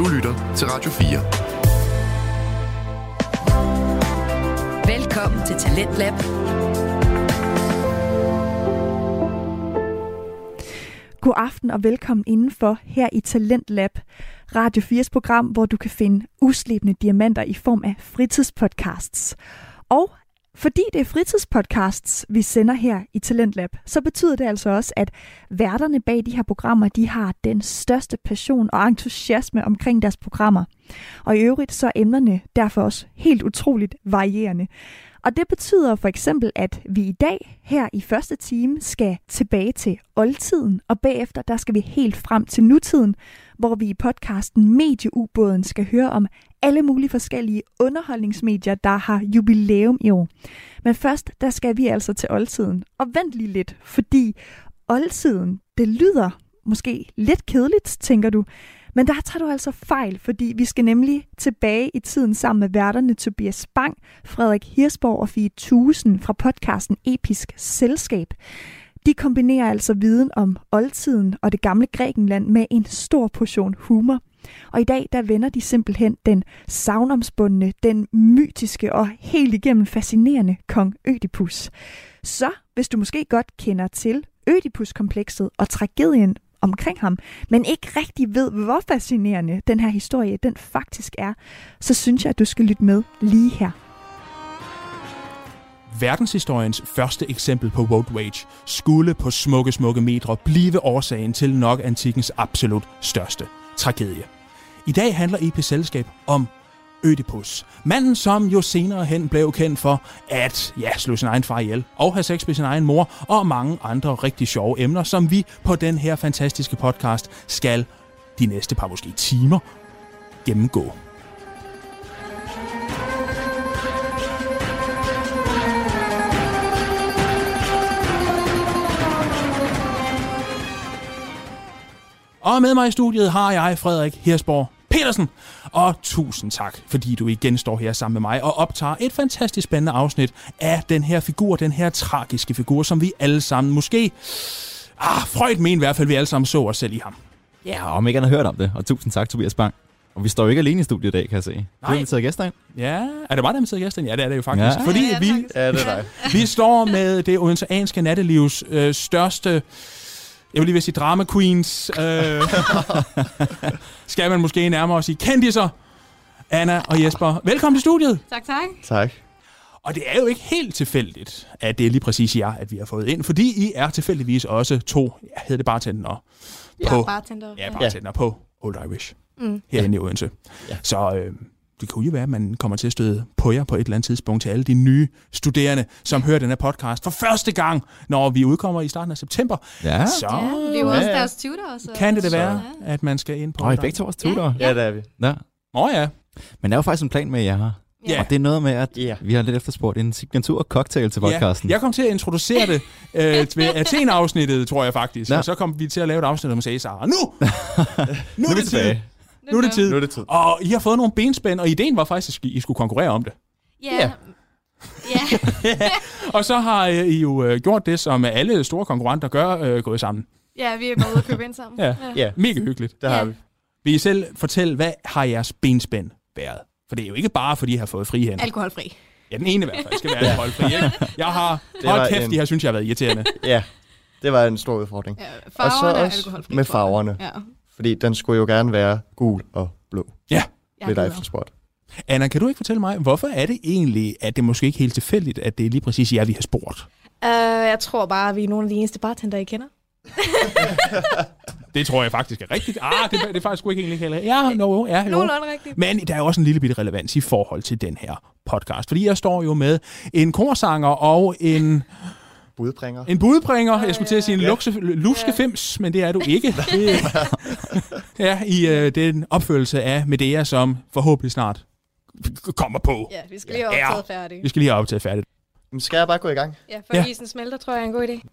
lytter til Radio 4. Velkommen til Talentlab. God aften og velkommen indenfor her i Talentlab, Radio 4's program, hvor du kan finde uslebne diamanter i form af fritidspodcasts. Og fordi det er fritidspodcasts, vi sender her i Talentlab, så betyder det altså også, at værterne bag de her programmer, de har den største passion og entusiasme omkring deres programmer. Og i øvrigt så er emnerne derfor også helt utroligt varierende. Og det betyder for eksempel, at vi i dag her i første time skal tilbage til oldtiden, og bagefter der skal vi helt frem til nutiden, hvor vi i podcasten Medieubåden skal høre om alle mulige forskellige underholdningsmedier, der har jubilæum i år. Men først, der skal vi altså til oldtiden. Og vent lige lidt, fordi oldtiden, det lyder måske lidt kedeligt, tænker du. Men der tager du altså fejl, fordi vi skal nemlig tilbage i tiden sammen med værterne Tobias Bang, Frederik Hirsborg og Fie Thuesen fra podcasten Episk Selskab. De kombinerer altså viden om oldtiden og det gamle Grækenland med en stor portion humor. Og i dag, der vender de simpelthen den sagnomspundne, den mytiske og helt igennem fascinerende kong Ødipus. Så hvis du måske godt kender til Ødipus-komplekset og tragedien omkring ham, men ikke rigtig ved, hvor fascinerende den her historie den faktisk er, så synes jeg, at du skal lytte med lige her. Verdenshistoriens første eksempel på road rage skulle på smukke metre blive årsagen til nok antikkens absolut største tragedie. I dag handler Episk Selskab om Ødipus. Manden, som jo senere hen blev kendt for at slå sin egen far ihjel og have sex med sin egen mor og mange andre rigtig sjove emner, som vi på den her fantastiske podcast skal de næste par måske timer gennemgå. Og med mig i studiet har jeg Frederik Hirsborg Petersen. Og tusind tak, fordi du igen står her sammen med mig og optager et fantastisk spændende afsnit af den her figur, den her tragiske figur, som vi alle sammen måske... Freud mener i hvert fald, vi alle sammen så os selv i ham. Ja, om ikke han har hørt om det. Og tusind tak, Tobias Bang. Og vi står jo ikke alene i studiet i dag, kan jeg se. Du har inviteret gæster ind. Ja, er det bare der inviteret gæster ind? Ja, det er det jo faktisk. Ja. Fordi det er dig. Vi står med det odenseanske nattelivs største... Jeg vil lige vil sige drama queens. Skal man måske nærmere sige kendiser. Anna og Jesper, velkommen til studiet. Tak. Og det er jo ikke helt tilfældigt, at det er lige præcis jer, at vi har fået ind. Fordi I er tilfældigvis også to, hedder det bartendere? Bartender på Old Irish. Herinde i Odense. Ja. Så det kunne jo være, at man kommer til at støde på jer på et eller andet tidspunkt til alle de nye studerende, som hører den her podcast for første gang, når vi udkommer i starten af september. Ja. Så vi er jo også deres tutor. Så kan det være, at man skal ind på... Og I begge to vores tutor. Ja, det er vi. Ja. Ja. Men der er jo faktisk en plan med jer her. Ja. Og det er noget med, at vi har lidt efterspurgt en signatur-cocktail til podcasten. Jeg kom til at introducere det ved Athen-afsnittet, tror jeg faktisk. Ja. Og så kom vi til at lave et afsnit om Cæsar. Nu er det tid! Nu er det tid. Og I har fået nogle benspænd, og ideen var faktisk, at I skulle konkurrere om det. Ja. Og så har I jo gjort det, som alle store konkurrenter gør, gået sammen. Ja, vi er bare ude at købe ind sammen. Ja. Mega hyggeligt. Det har vi. Vil I selv fortælle, hvad har jeres benspænd været? For det er jo ikke bare, fordi I har fået frie hænder. Alkoholfri. Ja, den ene i hvert fald skal være alkoholfri. Ikke? Jeg har... Hold kæft, de her synes jeg har været irriterende. Ja, det var en stor udfordring. Ja, farverne og er så alkoholfri. med farverne. Ja. Fordi den skulle jo gerne være gul og blå. Ja. Det er der efterspurgt. Anna, kan du ikke fortælle mig, hvorfor er det egentlig, at det måske ikke helt tilfældigt, at det er lige præcis jer, vi har spurgt? Jeg tror bare, at vi er nogle af de eneste bartender, I kender. Det tror jeg faktisk er rigtigt. Det er faktisk ikke egentlig heller. Ja, Nogenlunde rigtigt. Men der er også en lille bitte relevans i forhold til den her podcast. Fordi jeg står jo med en korsanger og en budbringer. Jeg skulle til at sige en luskefims, men det er du ikke. I den opførelse af Medea, som forhåbentlig snart kommer på. Ja, vi skal lige have optaget færdigt. Vi skal lige have optaget færdigt. Skal jeg bare gå i gang? Ja, for isen smelter, tror jeg er en god idé.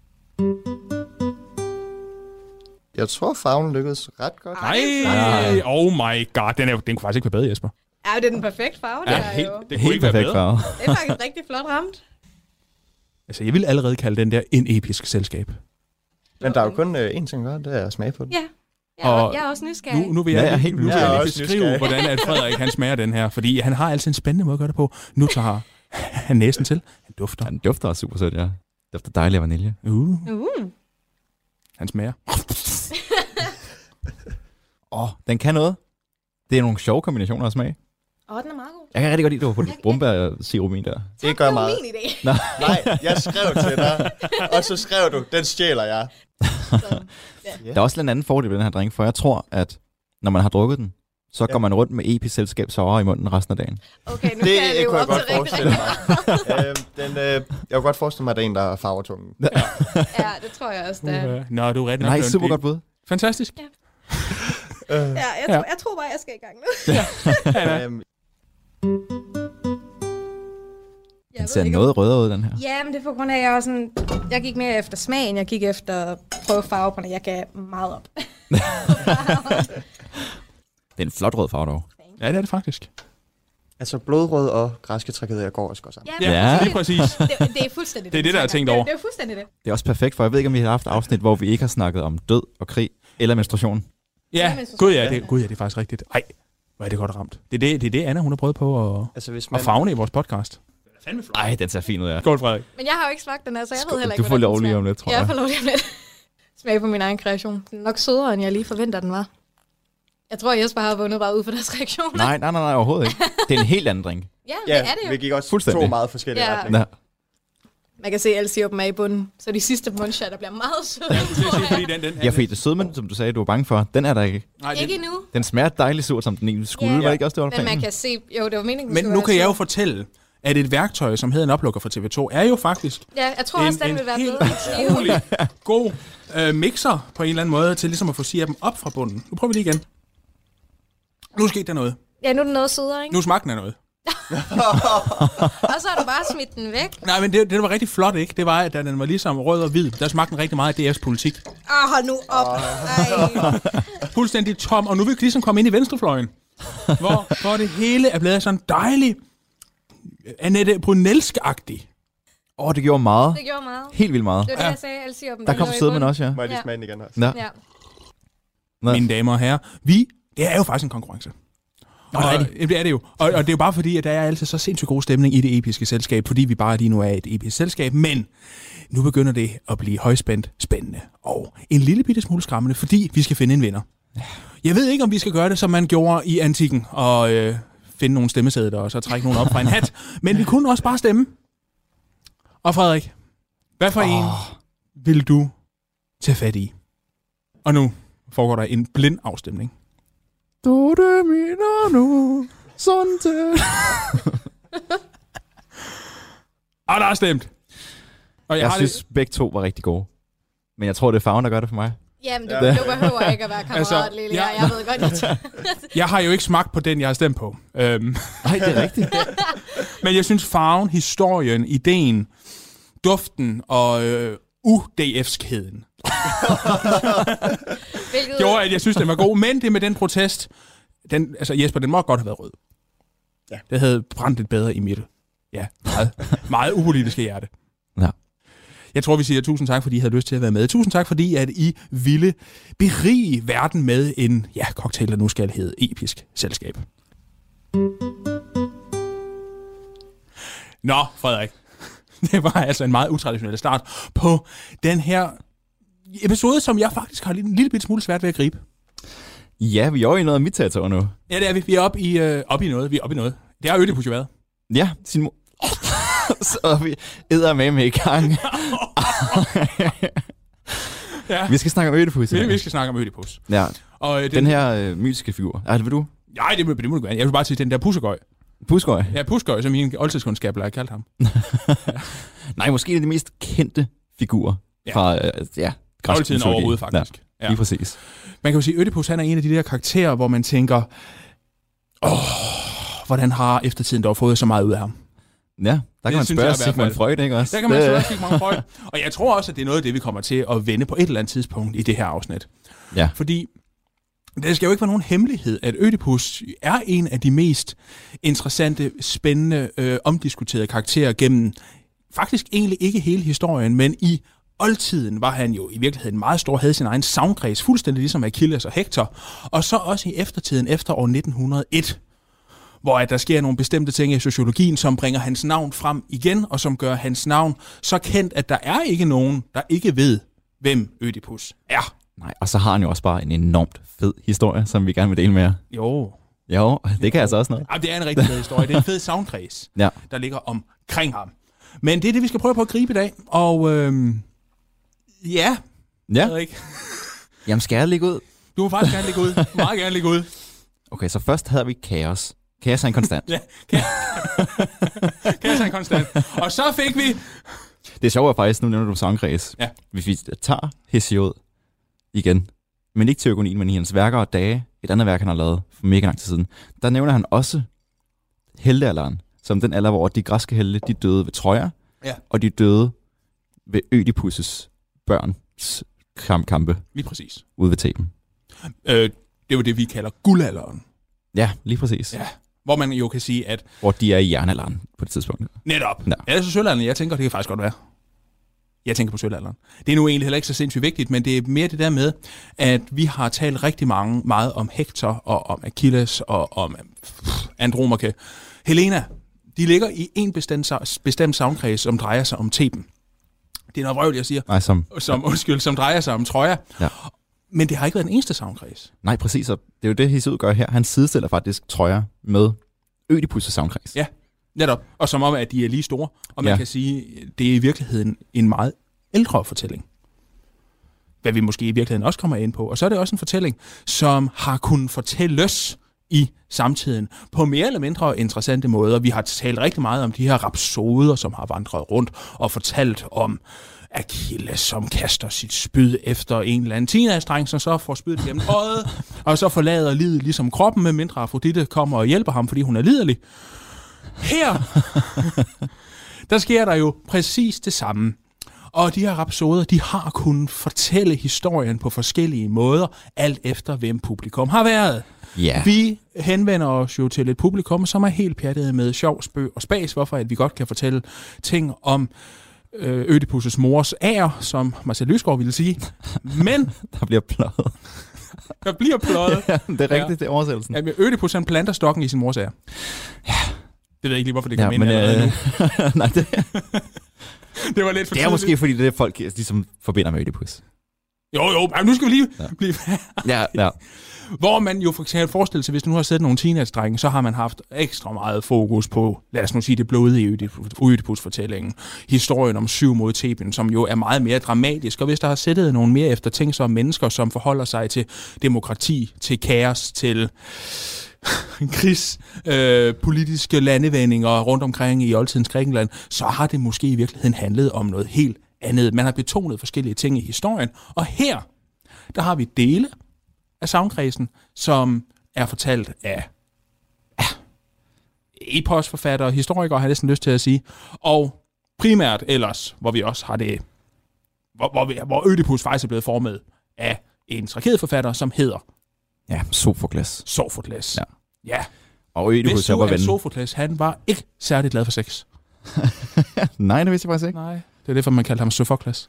Jeg tror, farven lykkedes ret godt. Nej, oh my god, den kunne faktisk ikke være bedre, Jesper. Ja, det er den perfekte farve, det er jo. Det kunne ikke være bedre. Farve. Det er faktisk rigtig flot ramt. Altså, jeg vil allerede kalde den der en episk selskab. Men der er jo kun én ting, det er at smage på den. Ja. Jeg er også nysgerrig. Nu vil Ja, jeg er jeg, helt nu vil jeg lige nysgerrig. beskrive, hvordan at Frederik han smager den her. Fordi han har altid en spændende måde at gøre det på. Nu tager han næsen til. Han dufter. Den dufter også super sødt, ja. Dufter dejlig af vanilje. Han smager. Den kan noget. Det er nogle sjove kombinationer af smag. Den er meget god. Jeg kan rigtig godt lide, at du har puttet brumbær-sirup i der. Det gør meget. Min idé. Nej, jeg skrev til dig, og så skrev du, den stjæler jeg. Der er også en anden fordel ved den her drink, for jeg tror, at når man har drukket den, så går man rundt med episk selskab sour i munden resten af dagen. Okay, nu Det kan jeg leve kunne jeg op godt til forestille mig. Jeg kunne godt forestille mig, at det er en, der er farvetungen. Ja, det tror jeg også, det er. Nå, du er rigtig Nej, nok. super godt bud. Fantastisk. Ja, jeg tror bare, jeg skal i gang nu. Den ser noget rødere ud, den her. Ja, men det er på grund af, at jeg var sådan... Jeg gik mere efter smagen, jeg gik efter at prøve farve på den. Jeg gav meget op. Det er en flot rød farve dog. Ja, det er det faktisk. Altså blodrød og græske tragedier går også godt sammen. Ja. Lige præcis. Det er fuldstændig Det er det, der er tænkt over. Det er fuldstændig det. Det er også perfekt, for jeg ved ikke, om vi har haft afsnit, hvor vi ikke har snakket om død og krig eller menstruation. Ja, gud ja, det er faktisk rigtigt. Ej, hvor er det godt ramt. Det er det, Anna hun har prøvet på at favne i vores podcast. Ej, den ser fin ud, ja. Skål, Frederik. Men jeg har jo ikke smagt den her, så jeg ved heller ikke, Du får lov lige om lidt, tror jeg. Jeg får lov lige om lidt. Smag på min egen kreation. Den er nok sødere, end jeg lige forventer, den var. Jeg tror, Jesper har vundet bare ud for deres reaktioner. Nej, overhovedet ikke. Det er en helt anden drink. Ja, det er det jo. Vi gik også to meget forskellige retninger. Ja. Man kan se, at alle sirupen er i bunden, så de sidste mundshatter bliver meget søde. Ja, fordi det sødmen, som du sagde, du var bange for, den er der ikke. Nej, ikke endnu. Den smager dejligt sur, som den egentlig skulle. Var ikke også, det var men man kan se, jo, det var meningen. Men nu kan jeg jo fortælle, at et værktøj, som hedder en oplukker fra TV2, er jo faktisk ja, jeg tror også, den vil være bedre. utrolig god mixer på en eller anden måde, til ligesom at få sirupen op fra bunden. Nu prøver vi lige igen. Nu skete der noget. Ja, nu er den noget sødere, ikke? Nu smagte den af noget. Og så har du bare smidt den væk. Nej, men det var rigtig flot, ikke? Det var, at da den var ligesom rød og hvid, der smagte den rigtig meget af DF's politik. Hold nu op. Fuldstændig tom, og nu vil vi ligesom komme ind i venstrefløjen. hvor det hele er blevet sådan dejligt Annette Brunelsk-agtig. Det gjorde meget. Det gjorde meget. Helt vildt meget. Det var det, jeg sagde. Alle sirupen, der kom sødmen også, ja. Må jeg lige smage den igen også? Ja. Mine damer og herrer, det er jo faktisk en konkurrence. Det er det jo. Og det er jo bare fordi, at der er altid så sindssygt god stemning i det episke selskab, fordi vi bare lige nu er et episk selskab. Men nu begynder det at blive højspændt, spændende og en lille bitte smule skræmmende, fordi vi skal finde en vinder. Jeg ved ikke, om vi skal gøre det, som man gjorde i antikken, og finde nogle stemmesedler og så trække nogen op fra en hat. Men vi kunne også bare stemme. Og Frederik, hvad for en vil du tage fat i? Og nu foregår der en blind afstemning. Du det mener nu, sådan til. Og der er stemt. Og jeg synes, begge to var rigtig gode. Men jeg tror, det er farven, der gør det for mig. Jamen, du behøver ikke at være kammerat, Lille. Jeg ved godt, jeg har jo ikke smagt på den, jeg har stemt på. Nej, det er rigtigt. Men jeg synes, farven, historien, ideen, duften og UDF-skheden gjorde, at jeg synes, den var god. Men det med den protest, Jesper, den må godt have været rød. Ja. Det havde brændt lidt bedre i mit meget upolitiske hjerte. Ja. Jeg tror, vi siger tusind tak, fordi I havde lyst til at være med. Tusind tak, fordi at I ville berige verden med en cocktail, der nu skal hedde Episk Selskab. Nå, Frederik. Det var altså en meget utraditionel start på den her episode, som jeg faktisk har en lille smule svært ved at gribe. Ja, vi er jo i noget af mit territorium nu. Ja, det er vi. Vi er oppe i noget. Det har Ødipus jo været. Ja, så er vi eddermame i gang. Ja. Vi skal snakke om Ødipus. Vi skal snakke om Ødipus. Ja. Og den her mytiske figur. Vil du? Nej, det må du gerne. Jeg vil bare sige den der Pussegøj. Pussegøj? Ja, Pussegøj, som min oldtidskundskab har kaldt ham. Nej, måske en af de mest kendte figurer fra oldtiden overhovedet, faktisk. Ja, lige præcis. Man kan jo sige, at Ødipus han er en af de der karakterer, hvor man tænker, hvordan har eftertiden dog fået så meget ud af ham? Ja, der kan man spørge Sigmund Freud, ikke også? Der kan man spørge Sigmund Freud. Og jeg tror også, at det er noget af det, vi kommer til at vende på et eller andet tidspunkt i det her afsnit. Ja. Fordi det skal jo ikke være nogen hemmelighed, at Ødipus er en af de mest interessante, spændende, omdiskuterede karakterer gennem faktisk egentlig ikke hele historien, men i oldtiden var han jo i virkeligheden meget stor, havde sin egen sagnkreds, fuldstændig ligesom Achilles og Hector, og så også i eftertiden, efter år 1901, hvor der sker nogle bestemte ting i sociologien, som bringer hans navn frem igen, og som gør hans navn så kendt, at der er ikke nogen, der ikke ved, hvem Ødipus er. Nej, og så har han jo også bare en enormt fed historie, som vi gerne vil dele med jer. Jo, det kan altså også noget. Ja, det er en rigtig fed historie. Det er en fed sagnkreds, der ligger omkring ham. Men det er det, vi skal prøve på at gribe i dag. Og ja. Ikke. Jamen, skal jeg lægge ud? Du må faktisk gerne lægge ud. Meget gerne lægge ud. Okay, så først havde vi kaos. Kaos er en konstant. Ja, kaos er en konstant. Og så fik vi... Det er sjovt faktisk, nu nævner du sagnkreds. Ja. Hvis vi tager Hesiod igen, men ikke Teogonien, men i hans værker og dage, et andet værk, han har lavet for mega lang tid siden, der nævner han også heltealderen, som den alder, hvor de græske helte, de døde ved Troja, og de døde ved Ødipus' børns kampe. Lige præcis. Ude ved Theben. Det er jo det, vi kalder guldalderen. Ja, lige præcis. Ja. Hvor man jo kan sige, at... Hvor de er i jernalderen på det tidspunkt. Netop. Ja. Altså sølvalderen, jeg tænker, det kan faktisk godt være. Jeg tænker på sølvalderen. Det er nu egentlig heller ikke så sindssygt vigtigt, men det er mere det der med, at vi har talt rigtig meget om Hector og om Achilles og om Andromache. Helena, de ligger i en bestemt sagnkreds, som drejer sig om Theben. Det er noget vrøvl, jeg siger. Nej, som drejer sig om Troja. Ja. Men det har ikke været den eneste sagnkreds. Nej, præcis. Og det er jo det, Hesiod gør her. Han sidestiller faktisk Troja med Ødipus' sagnkreds. Ja, netop. Og som om, at de er lige store. Og man kan sige, det er i virkeligheden en meget ældre fortælling. Hvad vi måske i virkeligheden også kommer ind på. Og så er det også en fortælling, som har kunnet fortælles i samtiden på mere eller mindre interessante måder. Vi har talt rigtig meget om de her rapsoder, som har vandret rundt og fortalt om Achilles, som kaster sit spyd efter en eller anden teenage-dreng, som så får spydet gennem øjet, og så forlader livet ligesom kroppen, med mindre Afrodite kommer og hjælper ham, fordi hun er liderlig. Her, der sker der jo præcis det samme. Og de her rapsoder, de har kunnet fortælle historien på forskellige måder, alt efter hvem publikum har været. Yeah. Vi henvender os jo til et publikum, som er helt pjattet med sjov, spøg og spas, hvorfor at vi godt kan fortælle ting om Ødipus' mors ære, som Marcel Lysgaard ville sige. Men der bliver pløjet. Der bliver pløjet. Ja, det er rigtigt, det er oversættelsen. Ja, Ødipus, han planter stokken i sin mors ære. Ja. Det ved jeg ikke lige, hvorfor det kom ind allerede nu. Nej, det var lidt for det er måske, fordi det er folk, ligesom forbinder med Ødipus. Jo, nu skal vi lige blive... Ja. Hvor man jo for eksempel forestiller sig, hvis du nu har set nogle teenage-drenge, så har man haft ekstra meget fokus på, lad os nu sige, det blodige Ødipus-fortællingen. Historien om 7 mod Theben, som jo er meget mere dramatisk. Og hvis der har sættet nogle mere eftertænksomme mennesker, som forholder sig til demokrati, til kaos, til politiske landevendinger rundt omkring i oldtidens Grækenland, så har det måske i virkeligheden handlet om noget helt andet. Man har betonet forskellige ting i historien, og her, der har vi dele af sagnkredsen, som er fortalt af eposforfattere, historikere, har jeg næsten lyst til at sige, og primært ellers, hvor vi også har det, hvor Ødipus faktisk er blevet formet af en tragedieforfatter, som hedder Sofokles. Ja. Og Ødipus var ven. Sofokles, han var ikke særlig glad for sex. Nej, det vidste jeg faktisk ikke. Nej, det er derfor, man kaldte ham Sofokles.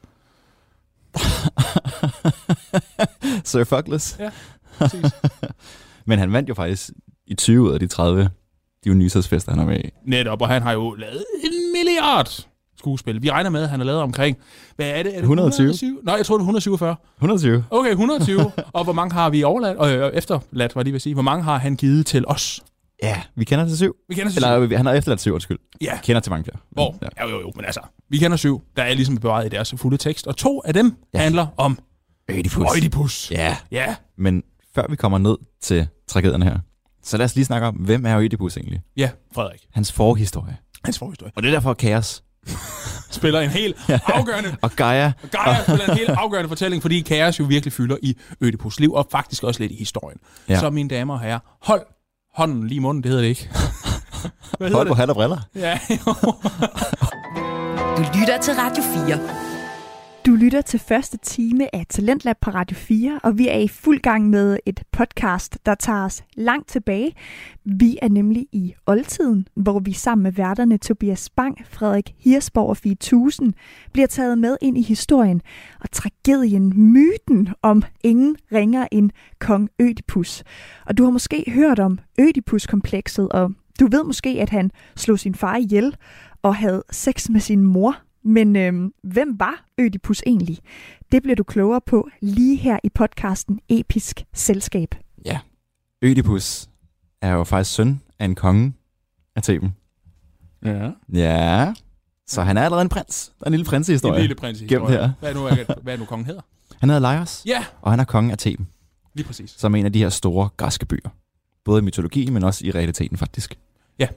Sofokles? Ja, præcis. Men han vandt jo faktisk i 20 ud af de 30 Dionysos-fester, han er med i. Netop, og han har jo lavet 1 milliard skuespil. Vi regner med, at han har lavet omkring, hvad er det? Er det 120? Nej, jeg tror det er 147. 120. Okay, 120. Og hvor mange har vi overladt, efterladt, var det vil sige. Hvor mange har han givet til os? Ja, vi kender til 7. Eller han har efterladt 7, undskyld. Ja. Kender til mange flere. Jo, men altså, vi kender 7, der er ligesom bevaret i deres fulde tekst, og 2 af dem handler om Ødipus. Ja. Men før vi kommer ned til tragedierne her, så lad os lige snakke om, hvem er Ødipus egentlig? Ja, Frederik. Hans forhistorie. Og det er derfor, Kaos spiller en helt afgørende... og Gaia spiller en helt afgørende fortælling, fordi Kaos jo virkelig fylder i Ødipus' liv, og faktisk også lidt i historien. Ja. Så mine damer og herrer, hold hånden lige i munden, det hedder det ikke. Hold på hat og briller. Ja, Du lytter til Radio 4. Du lytter til første time af Talentlab på Radio 4, og vi er i fuld gang med et podcast, der tager os langt tilbage. Vi er nemlig i oldtiden, hvor vi sammen med værterne Tobias Bang, Frederik Hirsborg og Fie Thusen bliver taget med ind i historien og tragedien, myten om ingen ringer end kong Ødipus. Og du har måske hørt om Ødipus-komplekset, og du ved måske, at han slog sin far ihjel og havde sex med sin mor. Men hvem var Ødipus egentlig? Det bliver du klogere på lige her i podcasten Episk Selskab. Ja, Ødipus er jo faktisk søn af en konge af Theben. Ja. Ja, så han er allerede en prins. Der er en lille prinsehistorie. En lille prinsehistorie. Her. Hvad er nu kongen hedder? Han hedder Laios, Ja, og han er konge af Theben, lige præcis. som er en af de her store græske byer. Både i mytologien, men også i realiteten faktisk. Ja.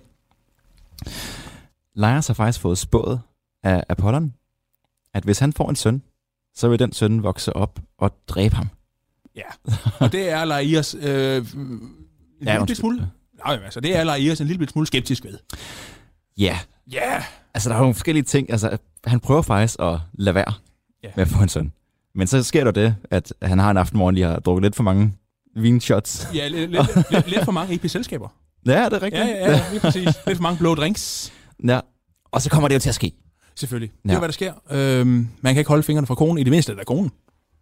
Laios har faktisk fået spået af Apollon, at hvis han får en søn, så vil den søn vokse op og dræbe ham. Ja, og det er Laios en lille smule. Nej, altså det er Laios en lille smule skeptisk ved. Ja. Ja. Altså der er nogle forskellige ting. Altså han prøver faktisk at lade være med at få en søn. Men så sker der det, at han har en aften, hvor han lige har drukket lidt for mange vinshots. Ja, lidt for mange EP-selskaber. Ja, det er rigtigt. Ja, lige præcis. Lidt for mange blå drinks. Ja, og så kommer det jo til at ske. Selvfølgelig. Det er hvad der sker. Man kan ikke holde fingrene fra konen, i det mindste af konen.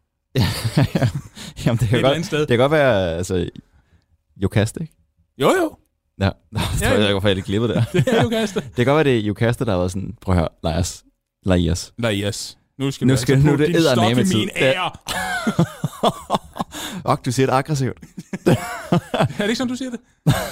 Jamen, det kan godt være, altså, Jokaste, ikke? Jo. Ja, det tror jeg, hvorfor jeg lige klippet der. Det er Jokaste. Det kan godt være, det er Jokaste, der har været sådan, prøv at høre, Laios. Nu skal nu er det eddermame tid. Min ære. Og du siger det aggressivt. Er det ikke sådan, du siger det?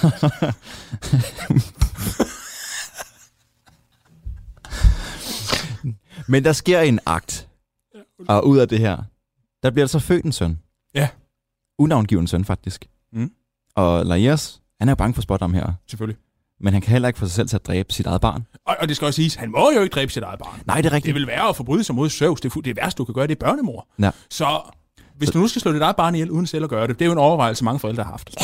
Men der sker en akt, og ud af det her, der bliver der så født en søn. Ja. Unavngiven søn, faktisk. Og Laios, han er jo bange for spot om her. Selvfølgelig. Men han kan heller ikke få sig selv til at dræbe sit eget barn. Og det skal også siges, han må jo ikke dræbe sit eget barn. Nej, det er rigtigt. Det vil være at forbryde sig mod Zeus. Det værste, du kan gøre, det er børnemor. Ja. Så hvis du nu skal slå dit eget barn ihjel, uden selv at gøre det, det er jo en overvejelse, mange forældre har haft.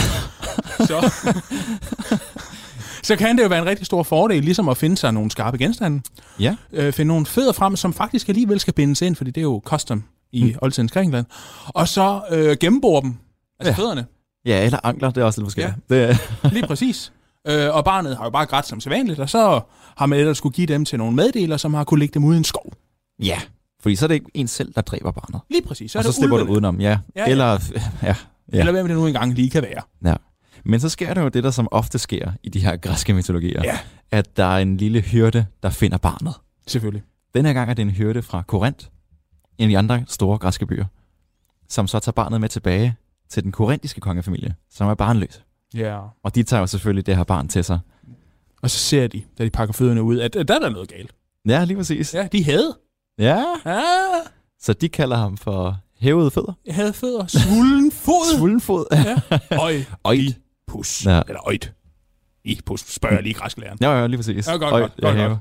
Så kan det jo være en rigtig stor fordel, ligesom at finde sig nogle skarpe genstande. Ja. Finde nogle fødder frem, som faktisk alligevel skal bindes ind, fordi det er jo custom i oldtidens Grækenland. Og så gennembore dem, altså fødderne. Ja, eller ankler, det er også lidt forskelligt. Ja. Lige præcis. Og barnet har jo bare grædt som sædvanligt, og så har man ellers skulle give dem til nogle meddelere, som har kunne lægge dem ude i en skov. Ja, fordi så er det ikke en selv, der dræber barnet. Lige præcis. Så og så slipper du udenom, ja. Eller hvem det nu engang lige kan være. Ja. Men så sker der jo det, der som ofte sker i de her græske mytologier, at der er en lille hyrde, der finder barnet. Selvfølgelig. Den her gang er det en hyrde fra Korinth, en af de andre store græske byer, som så tager barnet med tilbage til den korintiske kongefamilie, som er barnløs. Ja. Og de tager jo selvfølgelig det her barn til sig. Og så ser de, da de pakker fødderne ud, at der er noget galt. Ja, lige præcis. Ja, de havde. Ja. Så de kalder ham for hævede fødder. Jeg havde fødder. Svulden fod. Svulden fod. Ja. Øjpus. Ja. Eller øjt. Pus, spørger jeg lige græsklæreren. Ja, lige præcis. Ja, godt.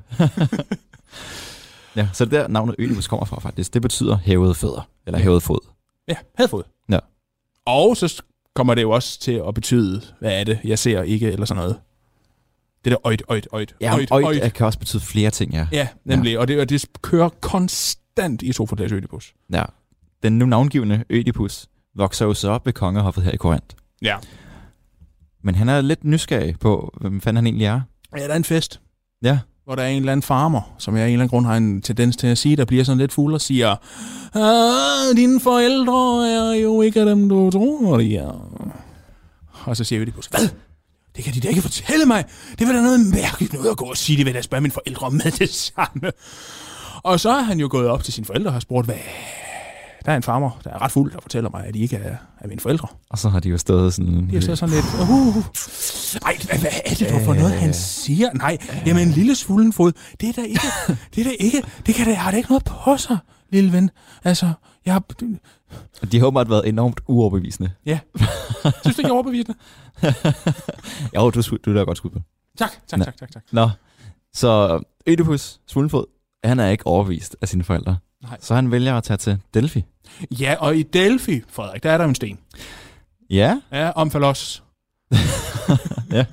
Ja, så det der navnet Ødipus kommer fra faktisk. Det betyder hævede fødder. Eller hævet fod. Ja, hævet fod. Ja. Og så kommer det jo også til at betyde, hvad er det, jeg ser ikke, eller sådan noget. Det der øjt. Ja, øjt kan også betyde flere ting, ja. Ja, nemlig. Ja. Og det kører konstant i Sofokles Ødipus. Ja. Den nu navngivende Ødipus vokser jo så op ved kongehoffet her i Korinth. Ja. Men han er lidt nysgerrig på, hvem fanden han egentlig er. Ja, der er en fest. Ja. Hvor der er en eller anden farmer, som jeg af en eller anden grund har en tendens til at sige, der bliver sådan lidt fuld og siger, dine forældre er jo ikke dem, du tror, de er. Og så siger Ødipus, hvad? Det kan de da ikke fortælle mig. Det var da noget mærkeligt noget at gå og sige. Det vil jeg spørge mine forældre om med det samme. Og så er han jo gået op til sine forældre og har spurgt, hvad? Der er en farmer, der er ret fuld, der fortæller mig, at de ikke er mine forældre. Og så har de jo stået sådan... De har stået sådan lidt... Ej, hvad er det for noget, han siger? Nej, jamen en lille svulden fod, det er da ikke... Det har da ikke noget på sig, lille ven. Altså, jeg har... De har åbenbart været enormt uoverbevisende. Ja. Synes du ikke, jeg er overbevisende? Jo, du er da godt skudt på. Tak. Nå, så Ødipus, svuldenfod, han er ikke overbevist af sine forældre. Nej. Så han vælger at tage til Delphi. Ja, og i Delphi, Frederik, der er der en sten. Ja? Ja, Omfalos. Ja.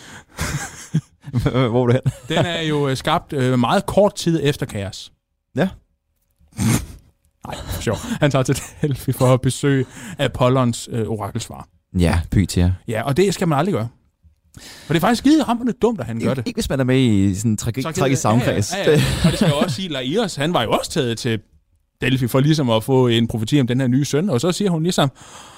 Hvor er du hen? Den er jo skabt meget kort tid efter kaos. Ja. Nej, for sjov. Han tager til Delphi for at besøge Apollons orakelsvar. Ja, Pythia. Ja, og det skal man aldrig gøre. For det er faktisk skide rammerne dumt, at han gør det. Ikke hvis man er med i sådan en tragisk savnkreds. Ja. Og det skal jo også sige, Laios, han var jo også taget til Delphi for ligesom at få en profeti om den her nye søn, og så siger hun ligesom,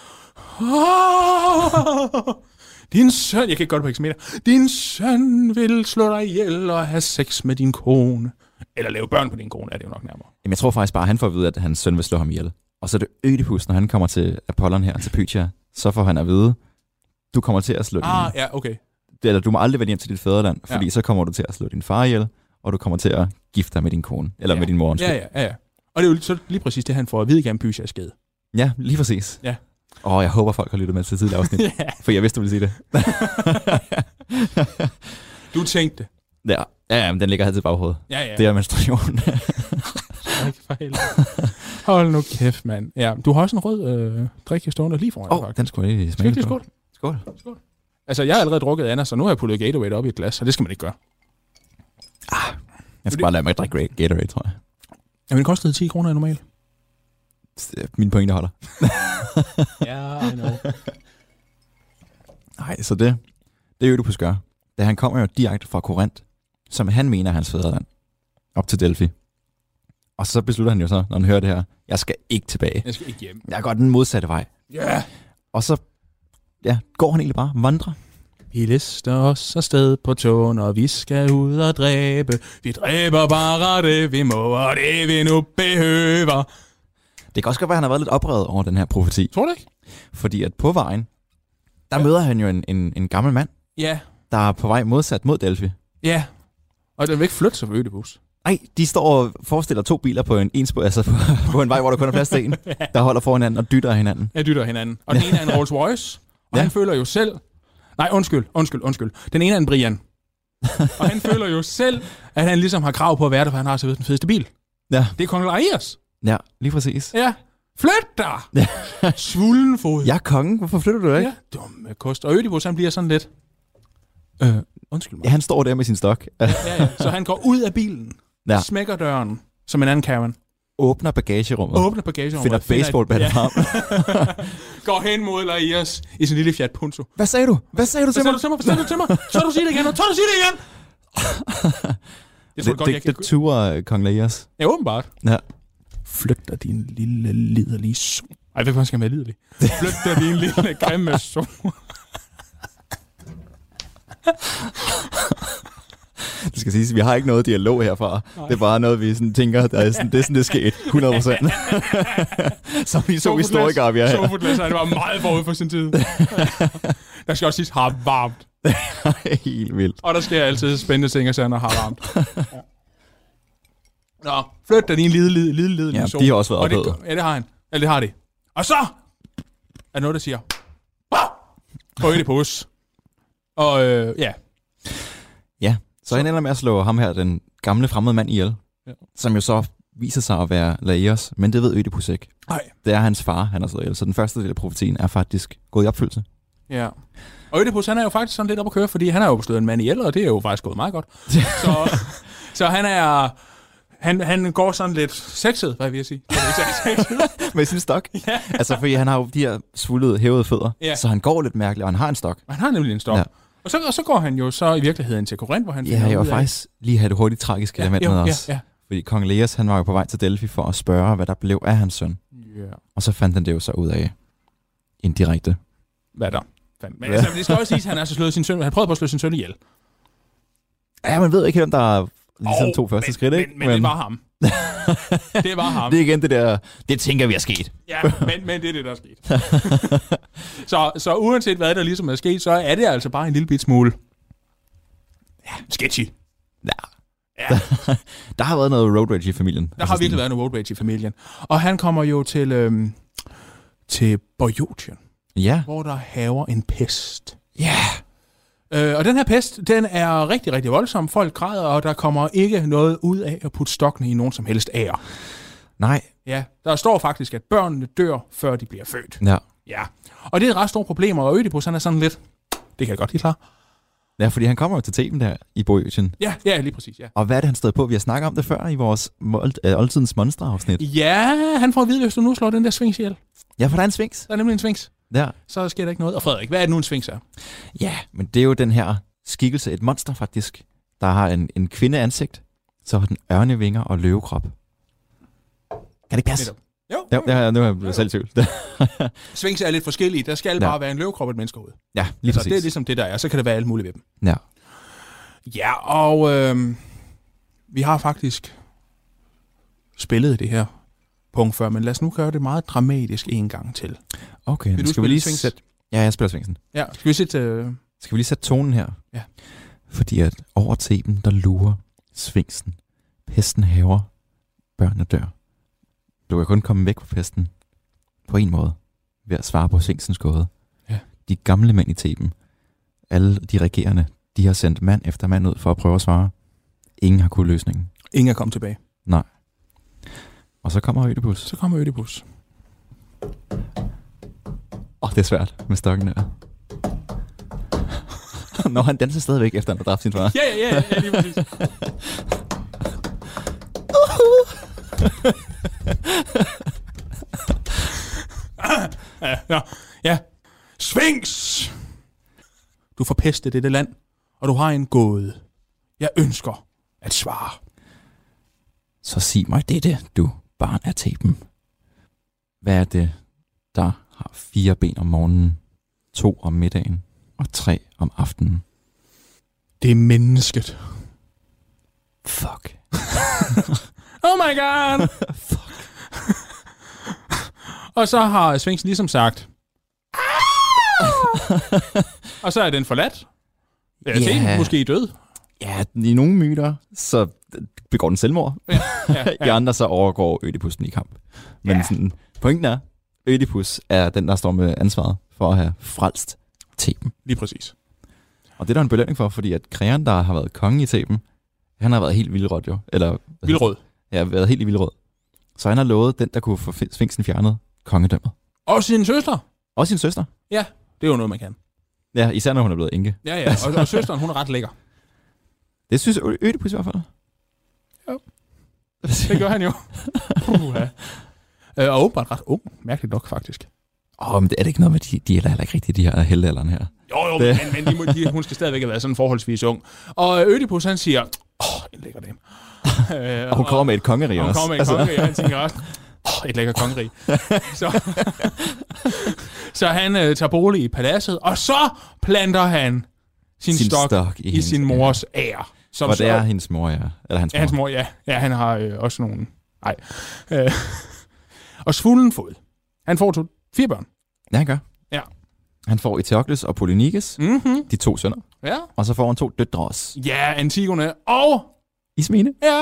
din søn, jeg kan ikke godt på hexameter, din søn vil slå dig ihjel og have sex med din kone. Eller lave børn på din kone, er det jo nok nærmere. Jamen, jeg tror faktisk bare, at han får at vide, at hans søn vil slå ham ihjel. Og så er det Ødipus, når han kommer til Apollon her, til Pythia, så får han at vide, du kommer til at slå din... ja, okay. Eller du må aldrig vende hjem til dit fædreland, fordi så kommer du til at slå din far ihjel, og du kommer til at gifte dig med din kone, eller med din mor. Ja. Og det er jo så lige præcis det, han får at vide igennem Pythias skede. Ja, lige præcis. Ja. Jeg håber, folk har lyttet med til tidligere afsnit, for jeg vidste, du ville sige det. Du tænkte det. Ja, men den ligger altid i baghovedet. Ja. Det er menstruation. Hold nu kæft, mand. Ja, du har også en rød drik stående lige foran. Den skulle jeg lige smage på. Skål. Altså, jeg har allerede drukket Anna, så nu har jeg puttet Gatorade op i et glas, og det skal man ikke gøre. Jeg skal bare lade mig drikke Gatorade, tror jeg. Jamen, det kostede 10 kroner normalt. Min pointe holder. Ja, I know. Nej, så det er Ødipus gør. Da han kommer jo direkte fra Korinth, som han mener er hans fædreland, op til Delphi. Og så beslutter han jo så, når han hører det her, jeg skal ikke tilbage. Jeg skal ikke hjem. Jeg går den modsatte vej. Ja. Yeah. Og så går han egentlig bare, vandrer. Vi lister os afsted på togen, og vi skal ud og dræbe. Vi dræber bare det, vi må, og det vi nu behøver. Det kan også godt være, at han har været lidt oprevet over den her profeti. Tror du ikke? Fordi at på vejen, der møder han jo en gammel mand, der er på vej modsat mod Delphi. Ja, og den vil ikke flytte sig for Ødipus. Nej, de står og forestiller 2 biler på på en vej, hvor der kun er plads til en, der holder for hinanden og dytter hinanden. Ja, dytter hinanden. Og den ene er en Rolls Royce, og han føler jo selv... Nej, undskyld. Den ene er en Brian. Og han føler jo selv, at han ligesom har krav på at være der, for han har så den fedeste bil. Ja. Det er kong Laios. Ja, lige præcis. Ja. Flyt dig! Svulden fod. Jeg er kongen. Hvorfor flytter du ikke? Ja, dumme kost. Og Ødipus, han bliver sådan lidt... Undskyld mig. Ja, han står der med sin stok. Ja. Så han går ud af bilen, smækker døren, som en anden Karen. Åbner bagagerummet. Finder baseballbatter frem. Går hen mod Laios i sin lille Fiat Punto. Hvad sagde du til mig? Så du sige det igen. Det turer kong Laios. Ja, åbenbart. Ja. Flyt dig din lille liderlige so. Ej, hvad skal være liderlig? Flyt dig din lille grimme so. Det skal siges, vi har ikke noget dialog herfra. Nej. Det er bare noget, vi sådan tænker, det er sådan, det er sket 100%. Som vi så historikere, vi er her. Sofutlæs, det var meget forud for sin tid. Der skal også siges, har varmt. Helt vildt. Og der sker altid spændende ting, at har varmt. Ja. Nå, flyt dig din lille ja, de har også været ophøjet. Ja, det har han. Ja, det har de. Og så er noget, der siger, på Ødipus. Og ja. Ja, så han ender med at slå ham her, den gamle fremmede mand ihjel, som jo så viser sig at være Laios, men det ved Ødipus ikke. Nej. Det er hans far, han har slået ihjel, så den første del af profetien er faktisk gået i opfyldelse. Ja. Og Ødipus, han er jo faktisk sådan lidt op at køre, fordi han har jo slået en mand ihjel, og det er jo faktisk gået meget godt. Så han er... Han går sådan lidt sexet, hvad vil jeg sige? Med sin stok. Ja. Altså, fordi han har jo de her svullede, hævede fødder, så han går lidt mærkeligt, og han har en stok. Han har nemlig en stok. Ja. Og så går han jo så i virkeligheden til Korinth, hvor han finder ud af... faktisk lige have det hurtigt tragiske element med os. Ja. Fordi kong Laios, han var jo på vej til Delphi for at spørge, hvad der blev af hans søn. Ja. Og så fandt han det jo så ud af indirekte. Hvad der? Men altså, det skal også sige, at han har så slået sin søn. Han prøvede på at slå sin søn ihjel. Ja, man ved ikke, hvem der ligesom to første skridt, ikke? Men det var ham. Det var ham. Det er igen det der, det tænker vi er sket. Ja, men det er det, der er sket. så uanset hvad der ligesom er sket, så er det altså bare en lille bit smule sketchy. Ja. Der har været noget road rage i familien. Der har virkelig været noget road rage i familien. Og han kommer jo til Boiotien, hvor der haver en pest. Ja. Og den her pest, den er rigtig, rigtig voldsom. Folk græder, og der kommer ikke noget ud af at putte stokkene i nogen som helst ære. Nej. Ja, der står faktisk, at børnene dør, før de bliver født. Ja. Ja. Og det er et ret stort problem, og Ødipus, han er sådan lidt, det kan jeg godt lide klar. Ja, fordi han kommer jo til Theben der i Boeotian. Ja, lige præcis, ja. Og hvad er det, han stod på? Vi har snakket om det før i vores oldtidens monster-afsnit. Ja, han får at vide, hvis du nu slår den der Sphinx ihjel. Ja, for der er en Sphinx. Der er nemlig en Sphinx. Der. Så sker der ikke noget. Og Frederik, hvad er det nu en Sphinx er? Ja, men det er jo den her skikkelse, et monster faktisk, der har en kvindeansigt, så har den ørnevinger og løvekrop. Kan det ikke passe? Jo. Ja, nu er jeg selv i tvivl. Sphinx er lidt forskellige. Der skal bare være en løvekrop og et menneskehoved. Ja, lige præcis. Det er ligesom det, der er. Så kan det være alt muligt ved dem. Ja. Ja, og vi har faktisk spillet det her punkt før, men lad os nu gøre det meget dramatisk en gang til. Okay, vil du skal vi lige Sphinx? sætte... Ja, jeg spiller Sphinxen. Ja, skal vi sætte... Skal vi lige sætte tonen her? Ja. Fordi at over Theben, der lurer Sphinxen. Pesten haver. Børnene dør. Du kan kun komme væk fra pesten på en måde. Ved at svare på Sphinxens gåde. Ja. De gamle mænd i Theben, alle de regerende, de har sendt mand efter mand ud for at prøve at svare. Ingen har kunnet løsningen. Ingen er kommet tilbage. Nej. Og så kommer Ødipus. Så kommer Ødipus. Det er svært med stokken der. Når han danser stadigvæk, efter han har dræbt sin far. Ja, lige præcis. Ja. Sphinx! Du forpestede dette land, og du har en gåde. Jeg ønsker at svare. Så sig mig dette, du barn af Theben. Hvad er det, der har 4 ben om morgenen, 2 om middagen og 3 om aftenen? Det er mennesket. Fuck. Oh my god! Fuck. Og så har Sphinxen ligesom sagt... og så er den forladt. Jeg tænker, måske død. Ja, i nogle myter, så begår den selvmord. Ja. I andre så overgår Ødipus den i kamp. Men sådan, pointen er, Ødipus er den, der står med ansvaret for at have frelst Theben. Lige præcis. Og det er der en belønning for, fordi at Kreon, der har været konge i Theben, han har været helt vildråd jo. Eller, Vildråd. Ja, været helt i vildråd. Så han har lovet den, der kunne få Sphinxen fjernet, kongedømmet. Og sin søster. Og sin søster. Ja, det er jo noget, man kan. Ja, især når hun er blevet enke. Ja, og søsteren, hun er ret lækker. Det synes Ødipus i hvert fald. Jo. Det gør han jo. Og åbenbart ret ung. Mærkeligt nok, faktisk. Men det er det ikke noget med, de er heller ikke rigtigt, de her heldealderen her. Jo, men hun skal stadigvæk have været sådan forholdsvis ung. Og Ødipus, han siger, en lækker dame. Og hun kommer med et kongerige også. Hun kommer med et kongerige, han tænker også, et lækker kongerige. Så han tager bolig i paladset, og så planter han sin stok i sin mors ære. Og det er hendes mor, ja. Eller hans mor. Hans mor, ja. Ja, han har også nogle... Nej. Og svulden fod. Han får 4 børn. Ja, han gør. Ja. Han får Eteokles og Polynikes, de 2 sønner. Ja. Og så får han 2 døtre også. Ja, Antigone og... Ismene. Ja.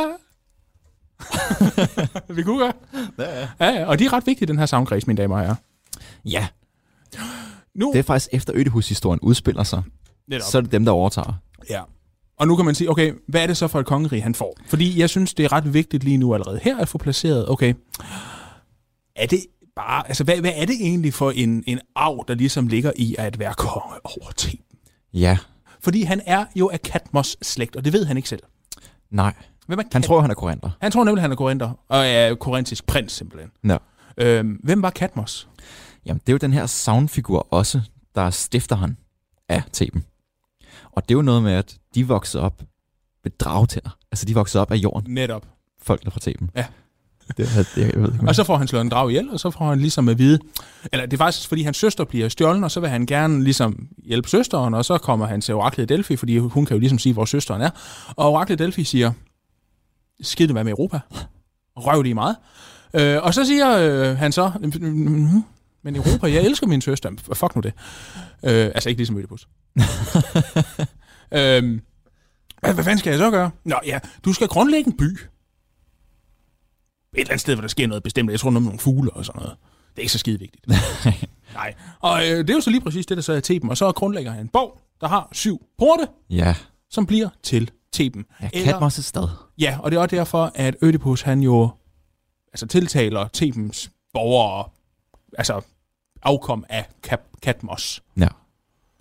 Vi kunne gøre. Ja, og de er ret vigtige, den her sagnkreds, mine damer og herrer. Ja. Nu... Det er faktisk efter Ødipus-historien udspiller sig. Så er det dem, der overtager. Ja. Og nu kan man sige, okay, hvad er det så for et kongerige, han får? Fordi jeg synes, det er ret vigtigt lige nu allerede her at få placeret, okay, er det bare, altså hvad er det egentlig for en arv, der ligesom ligger i at være konge over Theben? Ja. Fordi han er jo af Kadmos slægt, og det ved han ikke selv. Nej. Han tror, han er korinter. Han tror nemlig, han er korinter, og er korintisk prins simpelthen. Ja. Hvem var Kadmos? Jamen, det er jo den her sagnfigur også, der stifter han af Theben. Og det er jo noget med, at de voksede op ved dragtænder. Altså, de voksede op af jorden. Netop. Folkene fra Theben. Ja. Det jeg ved ikke, og så får han slået en drag ihjel, og så får han ligesom at vide, eller det er faktisk, fordi hans søster bliver stjålen, og så vil han gerne ligesom hjælpe søsteren, og så kommer han til oraklet Delphi, fordi hun kan jo ligesom sige, hvor søsteren er. Og oraklet Delphi siger, skid det være med Europa. Røv det i meget. Og så siger han så, men Europa, jeg elsker min søster. Fuck nu det. Altså ikke ligesom Ødipus. Hvad fanden skal jeg så gøre? Nå ja, du skal grundlægge en by. Et eller andet sted, hvor der sker noget bestemt. Jeg tror noget med nogle fugle og sådan noget. Det er ikke så skide vigtigt. Nej. Og det er jo så lige præcis det, der så er Theben. Og så grundlægger han en borg, der har 7 porte, som bliver til Theben. Ja, Kadmos' stad. Ja, og det er også derfor, at Ødipus, han jo altså tiltaler Thebens borgere, altså afkom af Kadmos. Ja.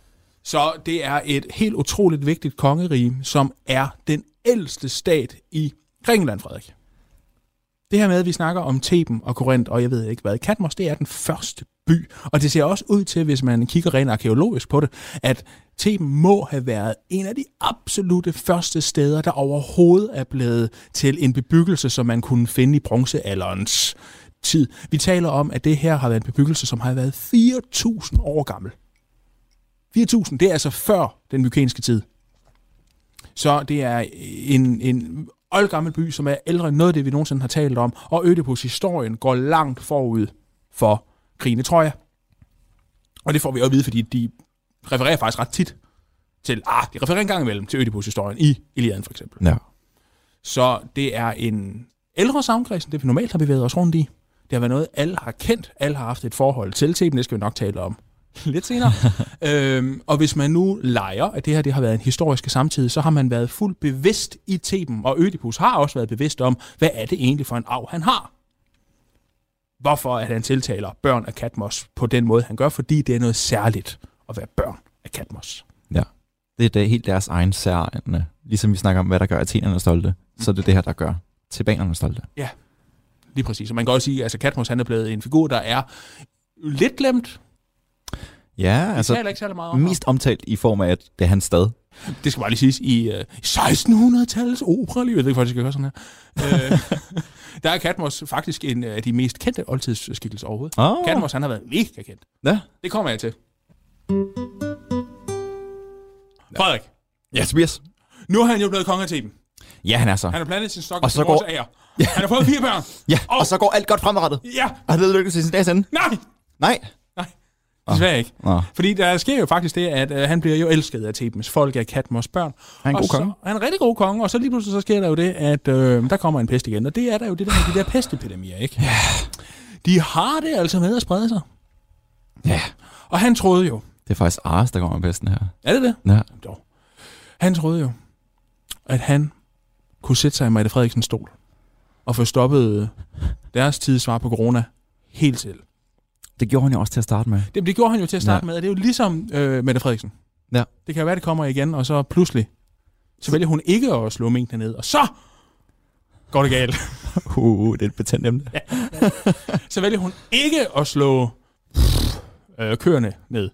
Så det er et helt utroligt vigtigt kongerige, som er den ældste stat i Grækenland, Frederik. Det her med, at vi snakker om Theben og Korinth, og jeg ved ikke hvad, Katmos, det er den første by. Og det ser også ud til, hvis man kigger rent arkæologisk på det, at Theben må have været en af de absolute første steder, der overhovedet er blevet til en bebyggelse, som man kunne finde i bronzealderens tid. Vi taler om, at det her har været en bebyggelse, som har været 4.000 år gammel. 4.000, det er altså før den mykenske tid. Så det er en oldgammel by, som er ældre end noget af det, vi nogensinde har talt om, og Ødipus' historien går langt forud for krigen i Troja. Og det får vi også at vide, fordi de refererer faktisk ret tit til, de refererer en gang imellem til Ødipus' historien i Iliaden for eksempel. Ja. Så det er en ældre sagnkreds, det vi normalt har bevæget os rundt i. Det har været noget, alle har kendt, alle har haft et forhold til Theben, det skal vi nok tale om lidt senere. Og hvis man nu leger, at det her det har været en historisk samtid, så har man været fuldt bevidst i Theben, og Ødipus har også været bevidst om, hvad er det egentlig for en arv, han har. Hvorfor at han tiltaler børn af Katmos på den måde, han gør, fordi det er noget særligt at være børn af Katmos. Ja, det er helt deres egen særende. Ligesom vi snakker om, hvad der gør athenerne stolte, så er det her, der gør thebanerne stolte. Ja, lige præcis. Og man kan også sige, at altså, Katmos han er blevet en figur, der er lidt glemt. Ja, altså taler ikke særlig meget om mest omtalt i form af, at det er hans stad. Det skal bare lige siges, i 1600-tallets operaliv, jeg ved ikke, hvad det skal gøre sådan her. Der er Katmos faktisk en af de mest kendte oldtidsskikkelser overhovedet. Katmos, han har været mega kendt. Ja. Det kommer jeg til. Frederik. Ja, Tobias. Nu har han jo blevet konge af Theben. Ja, han er så. Han har plantet sin stok og i sin mors ære. Ja. Han har fået 4 børn. Ja, og så går alt godt fremadrettet. Ja. Og det lykkes i sin dags ende. Nej. Desværre ikke. Fordi der sker jo faktisk det, at han bliver jo elsket af Thebens folk, af Katmos børn. Han er en god konge. Han er en rigtig god konge, og så lige pludselig så sker der jo det, at der kommer en pest igen. Og det er der jo det der med de der pestepidemier, ikke? Ja. De har det altså med at sprede sig. Ja. Og han troede jo... Det er faktisk Ares, der kommer med pesten her. Er det det? Ja. Jo. Han troede jo, at han kunne sætte sig i Mette Frederiksens stol og få stoppet deres tidssvar på corona helt selv. Det gjorde han jo også til at starte med. Det gjorde han jo til at starte med, og det er jo ligesom Mette Frederiksen. Ja. Det kan jo være, det kommer igen, og så pludselig, så vælger hun ikke at slå minkene ned, og så går det galt. Det er et betændt emne. Ja. Så vælger hun ikke at slå køerne ned.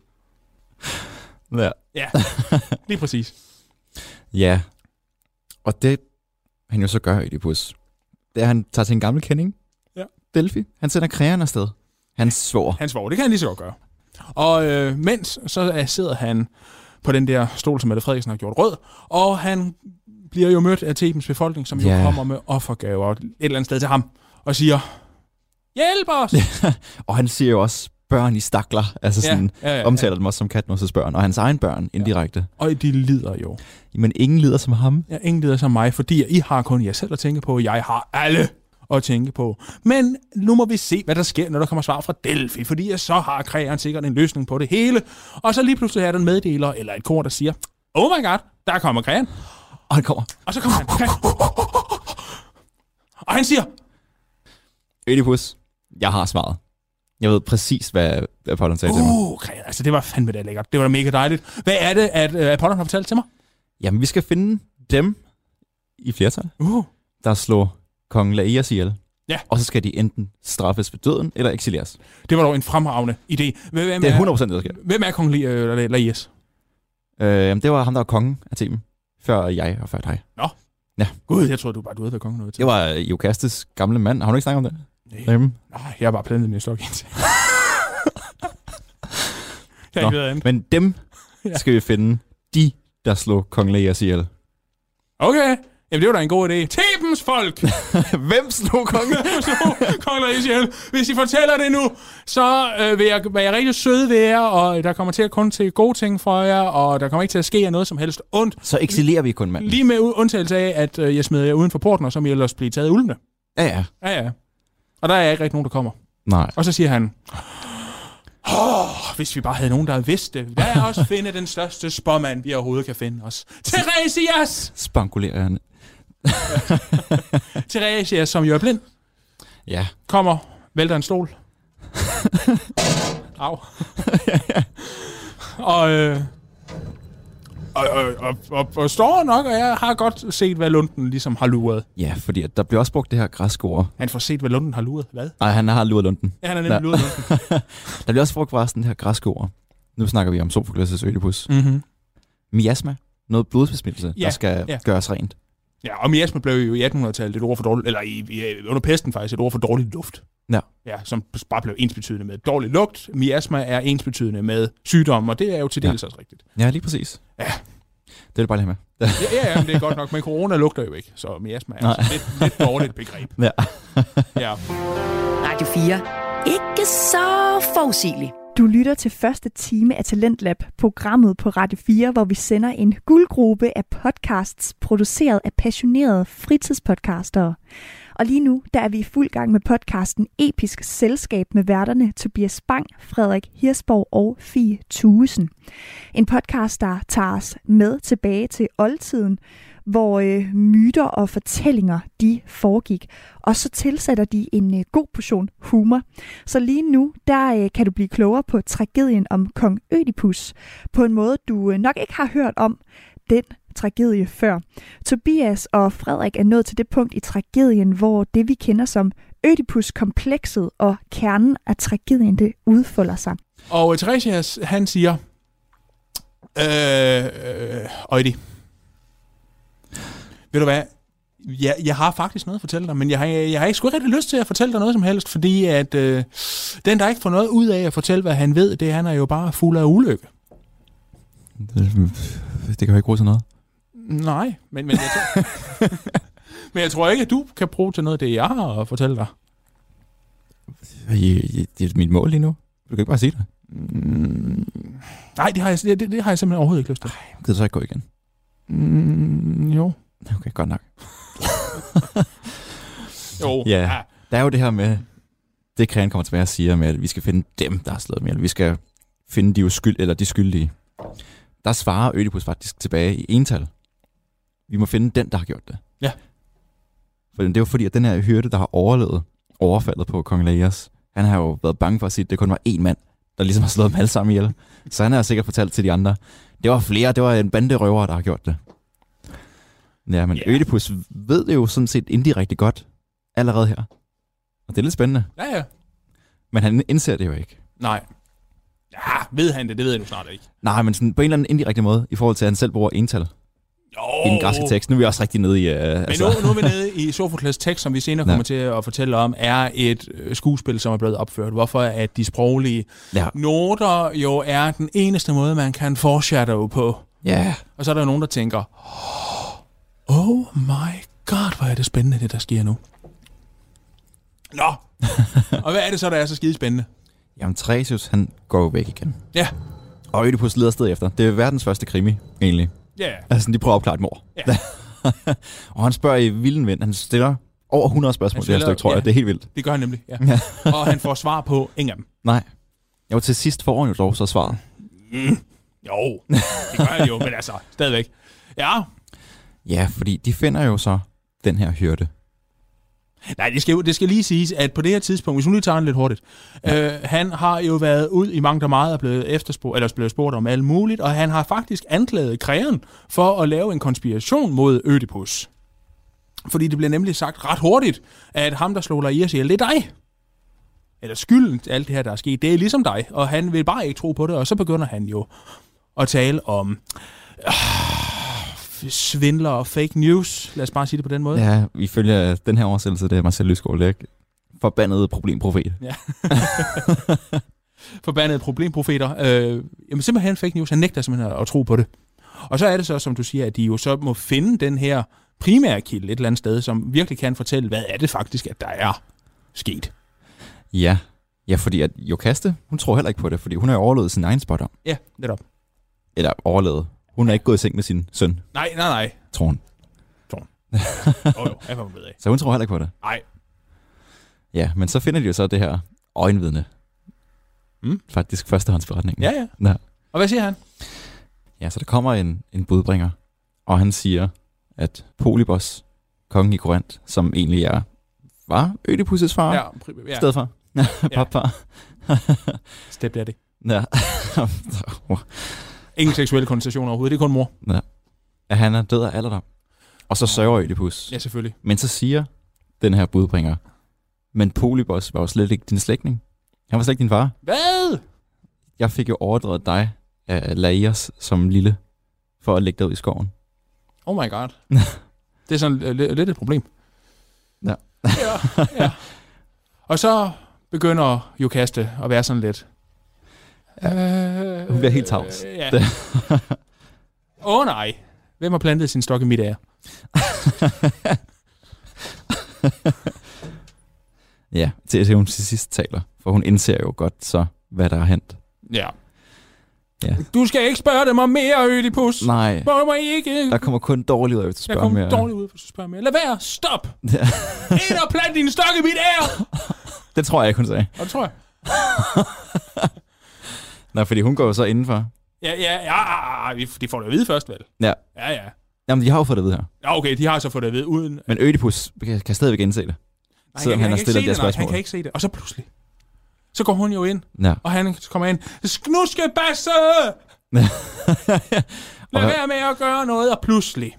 Ja, lige præcis. Ja, og det han jo så gør, Ødipus, det er, at han tager til en gammel kending, Delphi. Han sender krigerne afsted. Hans svoger. Det kan han lige så godt gøre. Og mens så sidder han på den der stol, som Mette Frederiksen har gjort rød, og han bliver jo mødt af Thebens befolkning, som jo kommer med offergaver et eller andet sted til ham, og siger, hjælp os! Og han siger jo også, børn i stakler, altså sådan, omtaler dem også som Katmos' børn, og hans egen børn indirekte. Og de lider jo. Men ingen lider som ham. Ja, ingen lider som mig, fordi I har kun jer selv at tænke på, jeg har alle at tænke på. Men nu må vi se, hvad der sker, når der kommer svar fra Delphi, fordi så har kreeren sikkert en løsning på det hele. Og så lige pludselig er der en meddeler, eller et kor, der siger, oh my god, der kommer kreeren. Og han kommer. Og så kommer han. Og han siger, Ødipus, jeg har svaret. Jeg ved præcis, hvad Apollon sagde til mig. Kreeren, altså det var fandme da lækkert. Det var da mega dejligt. Hvad er det, at Apollon har fortalt til mig? Jamen, vi skal finde dem i flertal, der slår kongen Laios ihjel. Ja. Og så skal de enten straffes ved døden, eller eksileres. Det var dog en fremragende idé. Det er 100% det, der sker. Hvem er kong Laios? Det var ham, der var kongen af Theben. Før jeg og før dig. Nå. Ja. Gud, jeg troede, du bare havde været kongen noget til. Det var Iokastes gamle mand. Har du ikke snakket om det? Nej, jeg har bare plantet min stok ind til. Men dem skal vi finde. De, der slog kong Laios ihjel. Okay. Jamen, det var da en god idé. Thebens folk! Hvem slog kongen? Kongen Laios ihjel. Hvis I fortæller det nu, så vil jeg være rigtig sød ved jer, og der kommer til at kun til gode ting for jer, og der kommer ikke til at ske noget som helst ondt. Så eksilerer vi kun manden. Lige med undtagelse af, at jeg smider jer uden for porten, og så må I ellers blive taget af ulvene. Ja. Og der er ikke rigtig nogen, der kommer. Nej. Og så siger han, hvis vi bare havde nogen, der vidste det. Lad os finde den største spåmand, vi overhovedet kan finde os. Tiresias! Spankulerer han. Tiresias, som jo er blind. Ja. Kommer, vælter en stol. Au. Og Og står nok, og jeg har godt set, hvad Lunden ligesom har luret. Ja, fordi der bliver også brugt det her græske ord. Han får set, hvad Lunden har luret. Hvad? Nej, han har luret Lunden. Ja, han har nemlig luret Lunden. Der bliver også brugt forresten det her græske ord. Nu snakker vi om Sophokles' Ødipus. Mm-hmm. Miasma. Noget blodsbesmittelse, der skal gøres rent. Ja, og miasma blev jo i 1800-tallet et ord for dårligt, eller under pesten faktisk et ord for dårlig luft. Ja, som bare blev ensbetydende med dårlig lugt. Miasma er ensbetydende med sygdom, og det er jo til dels også rigtigt. Ja, lige præcis. Ja. Det er det bare lige med. ja, men det er godt nok, men corona lugter jo ikke, så miasma er altså lidt dårligt begreb. Ja. Ja. Radio 4. Ikke så forudsigeligt. Du lytter til første time af Talentlab, programmet på Radio 4, hvor vi sender en guldgruppe af podcasts, produceret af passionerede fritidspodcastere. Og lige nu, der er vi i fuld gang med podcasten Episk Selskab med værterne Tobias Bang, Frederik Hirsborg og Fie Thuesen. En podcast, der tager os med tilbage til oldtiden, hvor myter og fortællinger de foregik. Og så tilsætter de en god portion humor. Så lige nu, der kan du blive klogere på tragedien om kong Ødipus, på en måde, du nok ikke har hørt om den tragedie før. Tobias og Frederik er nået til det punkt i tragedien, hvor det vi kender som Ødipus-komplekset og kernen af tragedien, det udfolder sig. Og Theresias, han siger, Øjdi, ved du hvad, jeg har faktisk noget at fortælle dig, men jeg har ikke sgu rigtig lyst til at fortælle dig noget som helst, fordi at den, der ikke får noget ud af at fortælle, hvad han ved, han er jo bare fuld af ulykke. Det kan jo ikke bruge til noget. Nej, men jeg tror ikke, at du kan bruge til noget af det, jeg har at fortælle dig. Det er mit mål lige nu. Du kan ikke bare sige det. Nej, det har jeg simpelthen overhovedet ikke lyst til. Jeg gider så ikke gå igen. Jo. Okay, godt nok. Jo. Ja, der er jo det her med, det Kræn kommer tilbage og siger med, at vi skal finde dem, der har slået med, eller vi skal finde de skyldige. Der svarer Ødipus faktisk tilbage i ental. Vi må finde den, der har gjort det. Ja. For det er jo fordi, at den her hyrde, der har overlevet overfaldet på kong Laos, han har jo været bange for at sige, at det kun var én mand, der ligesom har slået dem alle sammen ihjel. Så han har sikkert fortalt til de andre, det var flere, det var en bande røvere, der har gjort det. Ja, men Ødipus ved det jo sådan set indirekte godt allerede her. Og det er lidt spændende. Ja. Men han indser det jo ikke. Nej. Ja, ved han det? Det ved jeg nu snart ikke. Nej, men sådan på en eller anden indirekte måde, i forhold til, at han selv bruger ental i den græske tekst. Nu er vi også rigtig nede i... Men nu er vi nede i Sophokles tekst, som vi senere kommer til at fortælle om, er et skuespil, som er blevet opført. Hvorfor at de sproglige noter jo er den eneste måde, man kan foreshadow på. Ja. Og så er der nogen, der tænker, oh my god, hvor er det spændende, det der sker nu. Nå, og hvad er det så, der er så skide spændende? Jamen, Theresias, han går jo væk igen. Ja. Og Ødipus leder afsted efter. Det er verdens første krimi, egentlig. Ja. Altså, de prøver at opklare et mord. Ja. Og han spørger i vilden vind. Han stiller over 100 spørgsmål til det her stykke, tror jeg. Det er helt vildt. Det gør han nemlig, ja. Og han får svar på ingen af dem. Nej. Jo, til sidst får han jo dog så svaret. Jo, det gør han jo, men altså, stadigvæk. Ja. Ja, fordi de finder jo så den her hyrde. Nej, det skal lige siges, at på det her tidspunkt, hvis nu lige tager den lidt hurtigt, han har jo været ud i mangt og meget og blevet spurgt om alt muligt, og han har faktisk anklaget Kreon for at lave en konspiration mod Ødipus. Fordi det bliver nemlig sagt ret hurtigt, at ham, der slog Laios ihjel, det er dig. Eller skylden til alt det her, der er sket, det er ligesom dig, og han vil bare ikke tro på det, og så begynder han jo at tale om svindler og fake news. Lad os bare sige det på den måde. Ja, ifølge den her oversættelse, det er Marcel Lysgaard Læk. Forbandede problemprofet. Ja. Forbandede problemprofeter. Jamen simpelthen fake news. Han nægter simpelthen at tro på det. Og så er det så, som du siger, at de jo så må finde den her primære kilde et eller andet sted, som virkelig kan fortælle, hvad er det faktisk, at der er sket. Ja, fordi at Jokaste, hun tror heller ikke på det, fordi hun har overlevet sin egen spot om. Ja, netop. Eller overlevet. Hun er ikke gået i seng med sin søn. Nej. Tror hun. Jo, jeg får med af. Så hun tror heller ikke på det. Nej. Ja, men så finder de jo så det her øjenvidne. Faktisk førstehåndsberetningen. Ja. Og hvad siger han? Ja, så der kommer en budbringer, og han siger, at Polybos, kongen i Korinth, som egentlig var Ødipus' far, stedfar, papfar. Stepdaddy. Ja. Ingen seksuelle konnotationer overhovedet, det er kun mor. Ja. At han er død af alderdom. Og så sørger Ødipus. Ja, selvfølgelig. Men så siger den her budbringer, men Polybos var jo slet ikke din slægtning. Han var slet ikke din far. Hvad? Jeg fik jo overdraget dig af Laios som lille, for at lægge dig ud i skoven. Oh my god. Det er sådan lidt et problem. Ja. Ja. Og så begynder Iokaste at være sådan lidt... Hun bliver helt tavs. Ja. Nej. Hvem har plantet sin stok i mit ære? Ja, til hun til sidst taler. For hun indser jo godt så, hvad der er hent. Ja. Ja. Du skal ikke spørge dem om mere, Ødipus. Nej. Må mig ikke. Der kommer kun dårligt ud, hvis du spørger mere. Der kommer dårligt ud, hvis du spørger mere. Lad være. Stop. Ja. Ind og plant din stok i mit ære. Det tror jeg ikke, hun sagde. Og det tror jeg. Nej, fordi hun går jo så indenfor. Ja. De får det at vide først, vel? Ja. Ja. Jamen, de har jo fået det at vide her. Ja, okay, de har så fået det at vide uden... Men Ødipus kan stadigvæk indse det. Nej, han har stillet det spørgsmål. Han kan ikke se det. Og så pludselig, så går hun jo ind, ja. Og han kommer ind. Snuskebasse! Lad være med at gøre noget, og pludselig...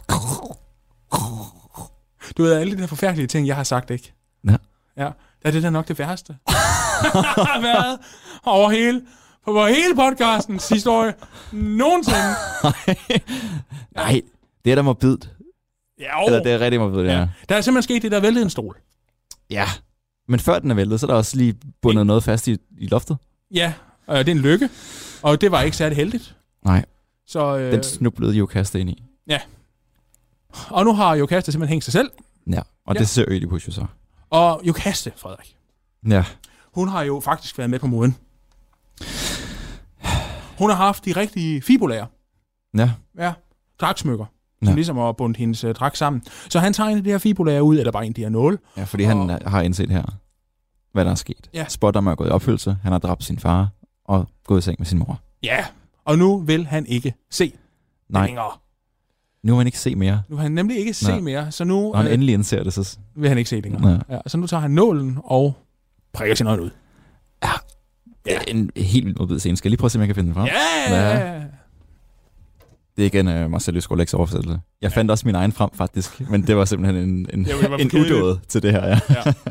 Du ved, alle de der forfærdelige ting, jeg har sagt, ikke? Ja. Ja, er det der nok det værste. Har været på hele podcastens historie nogensinde. Nej, det er da morbidt. Ja, eller det er rigtig morbidt, ja. Der er simpelthen sket det, der væltede en stol. Ja, men før den er væltet, så er der også lige bundet noget fast i loftet. Ja, det er en lykke, og det var ikke særlig heldigt. Nej, så, den snublede Iokaste ind i. Ja, og nu har Iokaste simpelthen hængt sig selv. Ja, og det ser Ødipus jo så. Og Iokaste, Frederik, ja. Hun har jo faktisk været med på moden. Hun har haft de rigtige fibulager. Ja, dragsmykker. Som ligesom har bundet hendes dragt sammen. Så han tager en af de her fibulager ud, eller bare en af de her nåle. Ja, fordi han har indset her, hvad der er sket. Ja. Spotter er gået i opfyldelse. Han har dræbt sin far og gået i seng med sin mor. Ja, og nu vil han ikke se længere. Nu vil han ikke se mere. Nu vil han nemlig ikke se mere. Så nu, når han endelig indser det, så vil han ikke se længere. Ja, så nu tager han nålen og prikker sin øjne ud. Ja. Det er en helt vildt modbid scene. Skal jeg lige prøve at se, om jeg kan finde den frem? Ja. Det er igen Marcel Løsgaard oversættelse. Jeg fandt også min egen frem, faktisk. Men det var simpelthen en udåde til det her, ja.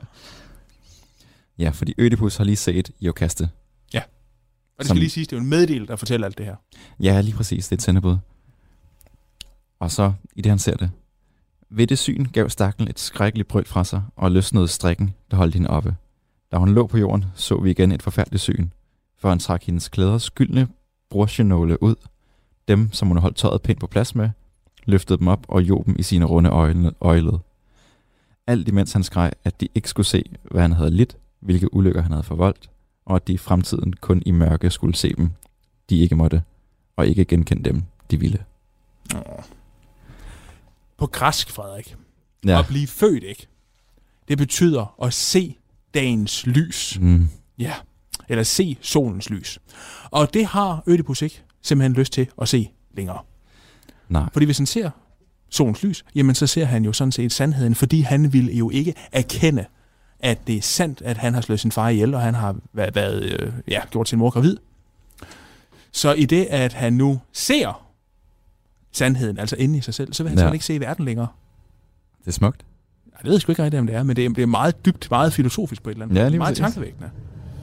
Ja, fordi Ødipus har lige set Iokaste. Ja, og det skal lige siges, det er jo en meddel, der fortæller alt det her. Ja, lige præcis. Det er et sendebud. Og så, i det han ser det, ved det syn gav stakkelen et skrækkeligt brøl fra sig og løsnede strikken, der holdt hende oppe. Da hun lå på jorden, så vi igen et forfærdeligt syn, for han trak hendes klæders gyldne brochenåle ud. Dem, som hun holdt tøjet pænt på plads med, løftede dem op og jog dem i sine runde øjled. Alt imens han skreg, at de ikke skulle se, hvad han havde lidt, hvilke ulykker han havde forvoldt, og at de i fremtiden kun i mørke skulle se dem, de ikke måtte, og ikke genkende dem, de ville. På græsk, Frederik, at blive født, ikke? Det betyder at se dagens lys. Ja, eller se solens lys. Og det har Ødipus ikke simpelthen lyst til at se længere. Nej. Fordi hvis han ser solens lys, jamen så ser han jo sådan set sandheden, fordi han vil jo ikke erkende, at det er sandt, at han har slået sin far ihjel, og han har gjort sin mor gravid. Så i det, at han nu ser sandheden, altså inde i sig selv, så vil han simpelthen ikke se verden længere. Det er smukt. Ja, det ved jeg sgu ikke rigtig, om det er, men det er meget dybt, meget filosofisk på et eller andet. Ja, meget tankevækkende.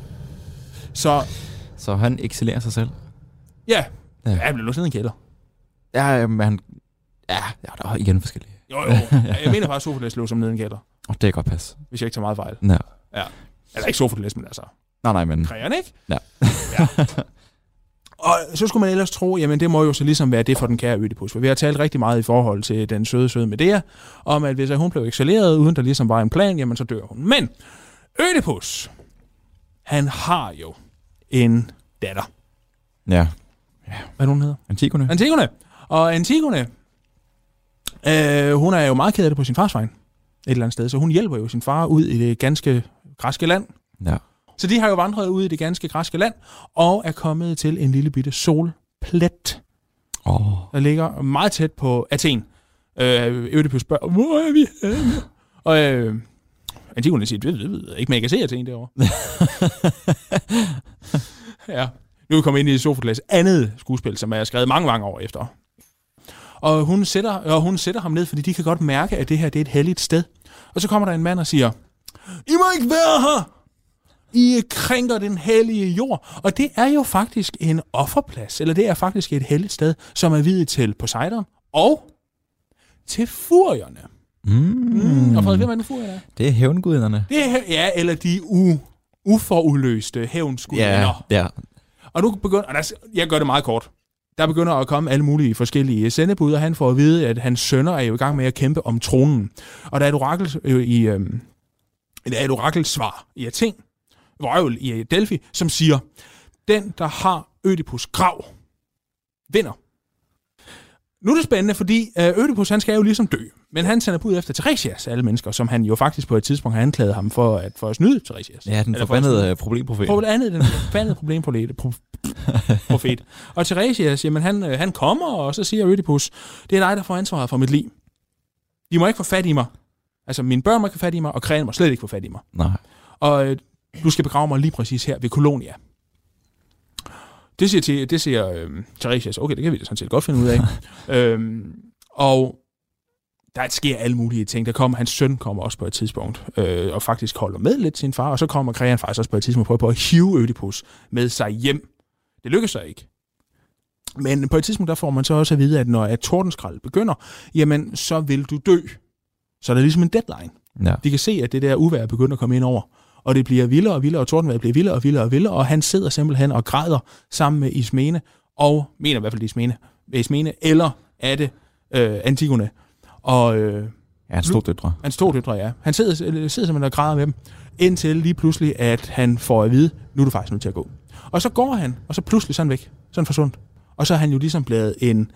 Så han excellerer sig selv? Ja. Han bliver låst ned i en kælder. Ja, men der er igen forskellige. Jo. Jeg mener bare, at Sofoklès lå som ned i en kælder. Og det kan godt passe. Hvis jeg ikke tager meget fejl. Ja. Eller ikke Sofoklès, men altså... Nej, men... Krægerne, ikke? Ja. Og så skulle man ellers tro, jamen det må jo så ligesom være det for den kære Ødipus. For vi har talt rigtig meget i forhold til den søde Medea, om at hvis hun blev excelleret, uden der ligesom var en plan, jamen så dør hun. Men Ødipus, han har jo en datter. Ja. Hvad hun hedder? Antigone. Og Antigone, hun er jo meget ked af det på sin fars vejen. Et eller andet sted. Så hun hjælper jo sin far ud i det ganske græske land. Ja. Så de har jo vandret ud i det ganske græske land, og er kommet til en lille bitte solplet, der ligger meget tæt på Athen. Ødipus spørger, hvor er vi henne? Og Antigone siger, ved ikke, men jeg kan se Athen derovre. Ja, Nu er vi kommet ind i Sofokles andet skuespil, som er skrevet mange år efter. Og hun sætter ham ned, fordi de kan godt mærke, at det her det er et helligt sted. Og så kommer der en mand og siger, I må ikke være her! I krænker den hellige jord. Og det er jo faktisk en offerplads, eller det er faktisk et helligt sted, som er viet til Poseidon og til furierne. Og Frederik, hvem er den furierne er? Det er hævnguderne. Ja, eller de uforudløste hævnsgudinder. Ja. Og nu begynder, jeg gør det meget kort. Der begynder at komme alle mulige forskellige sendebud, og han får at vide, at hans sønner er jo i gang med at kæmpe om tronen. Og der er et orakelsvar i Athen, vrøvl i Delphi, som siger, den, der har Ødipus grav, vinder. Nu er det spændende, fordi Ødipus, han skal jo ligesom dø. Men han sender bud efter Tiresias, alle mennesker, som han jo faktisk på et tidspunkt har anklaget ham for at snyde Tiresias. Ja, den forbandede problemprofet. Den forbandede problemprofet. Og Tiresias, jamen han kommer, og så siger Ødipus, det er dig, der får ansvaret for mit liv. De må ikke få fat i mig. Altså, mine børn må ikke få fat i mig, og Kræn må slet ikke få fat i mig. Nej. Og du skal begrave mig lige præcis her ved Kolonia. Det siger Tiresias, okay, det kan vi da sådan set godt finde ud af. Og der sker alle mulige ting. Hans søn kommer også på et tidspunkt, og faktisk holder med lidt sin far, og så kommer Kræn faktisk også på et tidspunkt og prøver på at hive Ødipus med sig hjem. Det lykkes så ikke. Men på et tidspunkt, der får man så også at vide, at når tordenskrald begynder, jamen, så vil du dø. Så er der ligesom en deadline. Ja. De kan se, at det der uvejr begynder at komme ind over. Og det bliver vildere og vildere, og tordenvejret bliver vildere og vildere og vildere, og han sidder simpelthen og græder sammen med Ismene, og mener i hvert fald Ismene, eller er det Antigone. Og hans to døtre. Hans to døtre, ja. Han sidder simpelthen og græder med dem, indtil lige pludselig, at han får at vide, nu er du faktisk nødt til at gå. Og så går han, og så pludselig sådan væk, sådan forsvundet. Og så er han jo ligesom blevet en...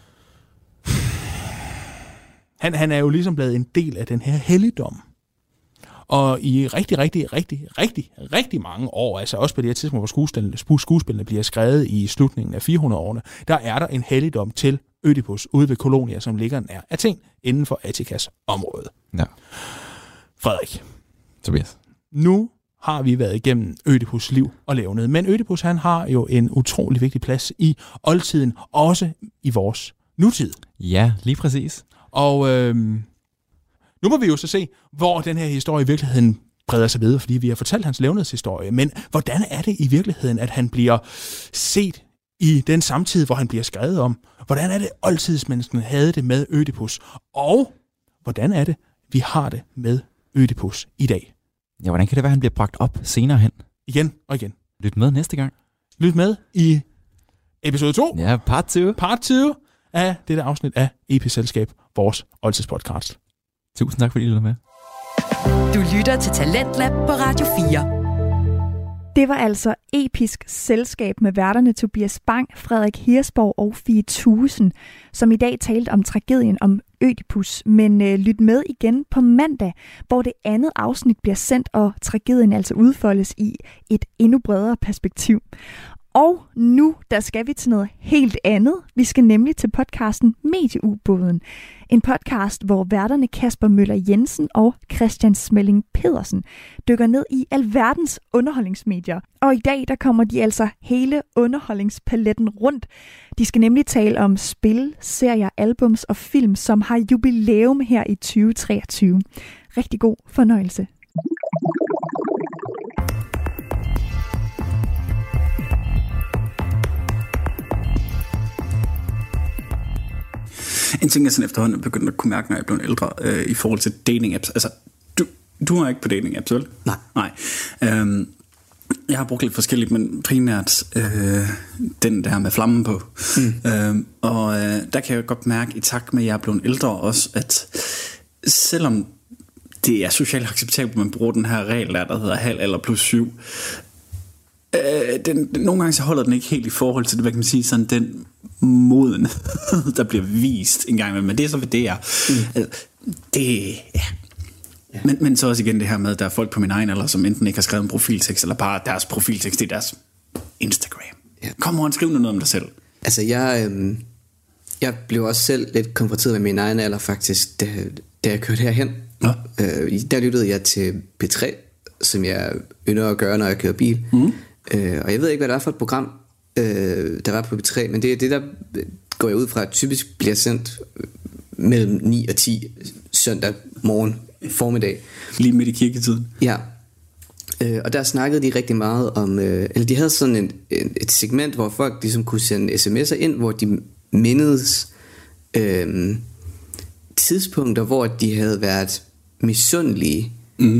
Han er jo ligesom blevet en del af den her helligdom. Og i rigtig mange år, altså også på det her tidspunkt, hvor skuespillene bliver skrevet i slutningen af 400-årene, der er der en helligdom til Ødipus ude ved Kolonia, som ligger nær Athen, inden for Attikas område. Ja. Frederik. Tobias. Nu har vi været igennem Ødipus' liv og levned, men Ødipus, han har jo en utrolig vigtig plads i oldtiden, også i vores nutid. Ja, lige præcis. Og nu må vi jo så se, hvor den her historie i virkeligheden breder sig videre, fordi vi har fortalt hans levnedshistorie. Men hvordan er det i virkeligheden, at han bliver set i den samtid, hvor han bliver skrevet om? Hvordan er det, oldtidsmenneskene havde det med Ødipus? Og hvordan er det, vi har det med Ødipus i dag? Ja, hvordan kan det være, at han bliver bragt op senere hen? Igen og igen. Lyt med næste gang. Lyt med i episode 2. Ja, part 20. Part 20 af dette afsnit af EP-selskab, vores oldtidspodcast. Tusind tak, fordi I lyttede med. Du lytter til Talentlab på Radio 4. Det var altså Episk Selskab med værterne Tobias Bang, Frederik Hirsborg og Fie Thuesen, som i dag talte om tragedien om Ødipus. Men lyt med igen på mandag, hvor det andet afsnit bliver sendt, og tragedien altså udfoldes i et endnu bredere perspektiv. Og nu, der skal vi til noget helt andet. Vi skal nemlig til podcasten Medieubåden. En podcast, hvor værterne Kasper Møller Jensen og Christian Smelling Pedersen dykker ned i alverdens underholdningsmedier. Og i dag, der kommer de altså hele underholdningspaletten rundt. De skal nemlig tale om spil, serier, albums og film, som har jubilæum her i 2023. Rigtig god fornøjelse. En ting, jeg sådan efterhånden er begyndt at kunne mærke, når jeg er blevet ældre, i forhold til dating-apps. Altså, du er ikke på dating-apps, vel? Nej. Jeg har brugt lidt forskelligt, men primært den der med flammen på. Og der kan jeg godt mærke, i takt med, at jeg er blevet ældre også, at selvom det er socialt acceptabelt, at man bruger den her regel, der hedder halv eller plus 7, nogle gange så holder den ikke helt i forhold til det, hvad kan man sige, sådan den moden, der bliver vist en gang, men det er så, hvad det er. Det, ja. Men så også igen det her med, at der er folk på min egen alder, som enten ikke har skrevet en profiltekst, eller bare deres profiltekst, det er deres Instagram. Ja. Kom og skriv noget om dig selv. Altså, jeg blev også selv lidt konfronteret med min egen alder, faktisk, da jeg kørte herhen. Ja. Der lyttede jeg til P3, som jeg ynder at gøre, når jeg kører bil. Og jeg ved ikke, hvad det er for et program, der var på P3, men det der går jeg ud fra, at typisk bliver sendt mellem 9 og 10 søndag morgen formiddag. Lige midt i kirketiden. Ja. Og der snakkede de rigtig meget om, eller de havde sådan et segment, hvor folk ligesom kunne sende sms'er ind, hvor de mindedes tidspunkter, hvor de havde været misundelige.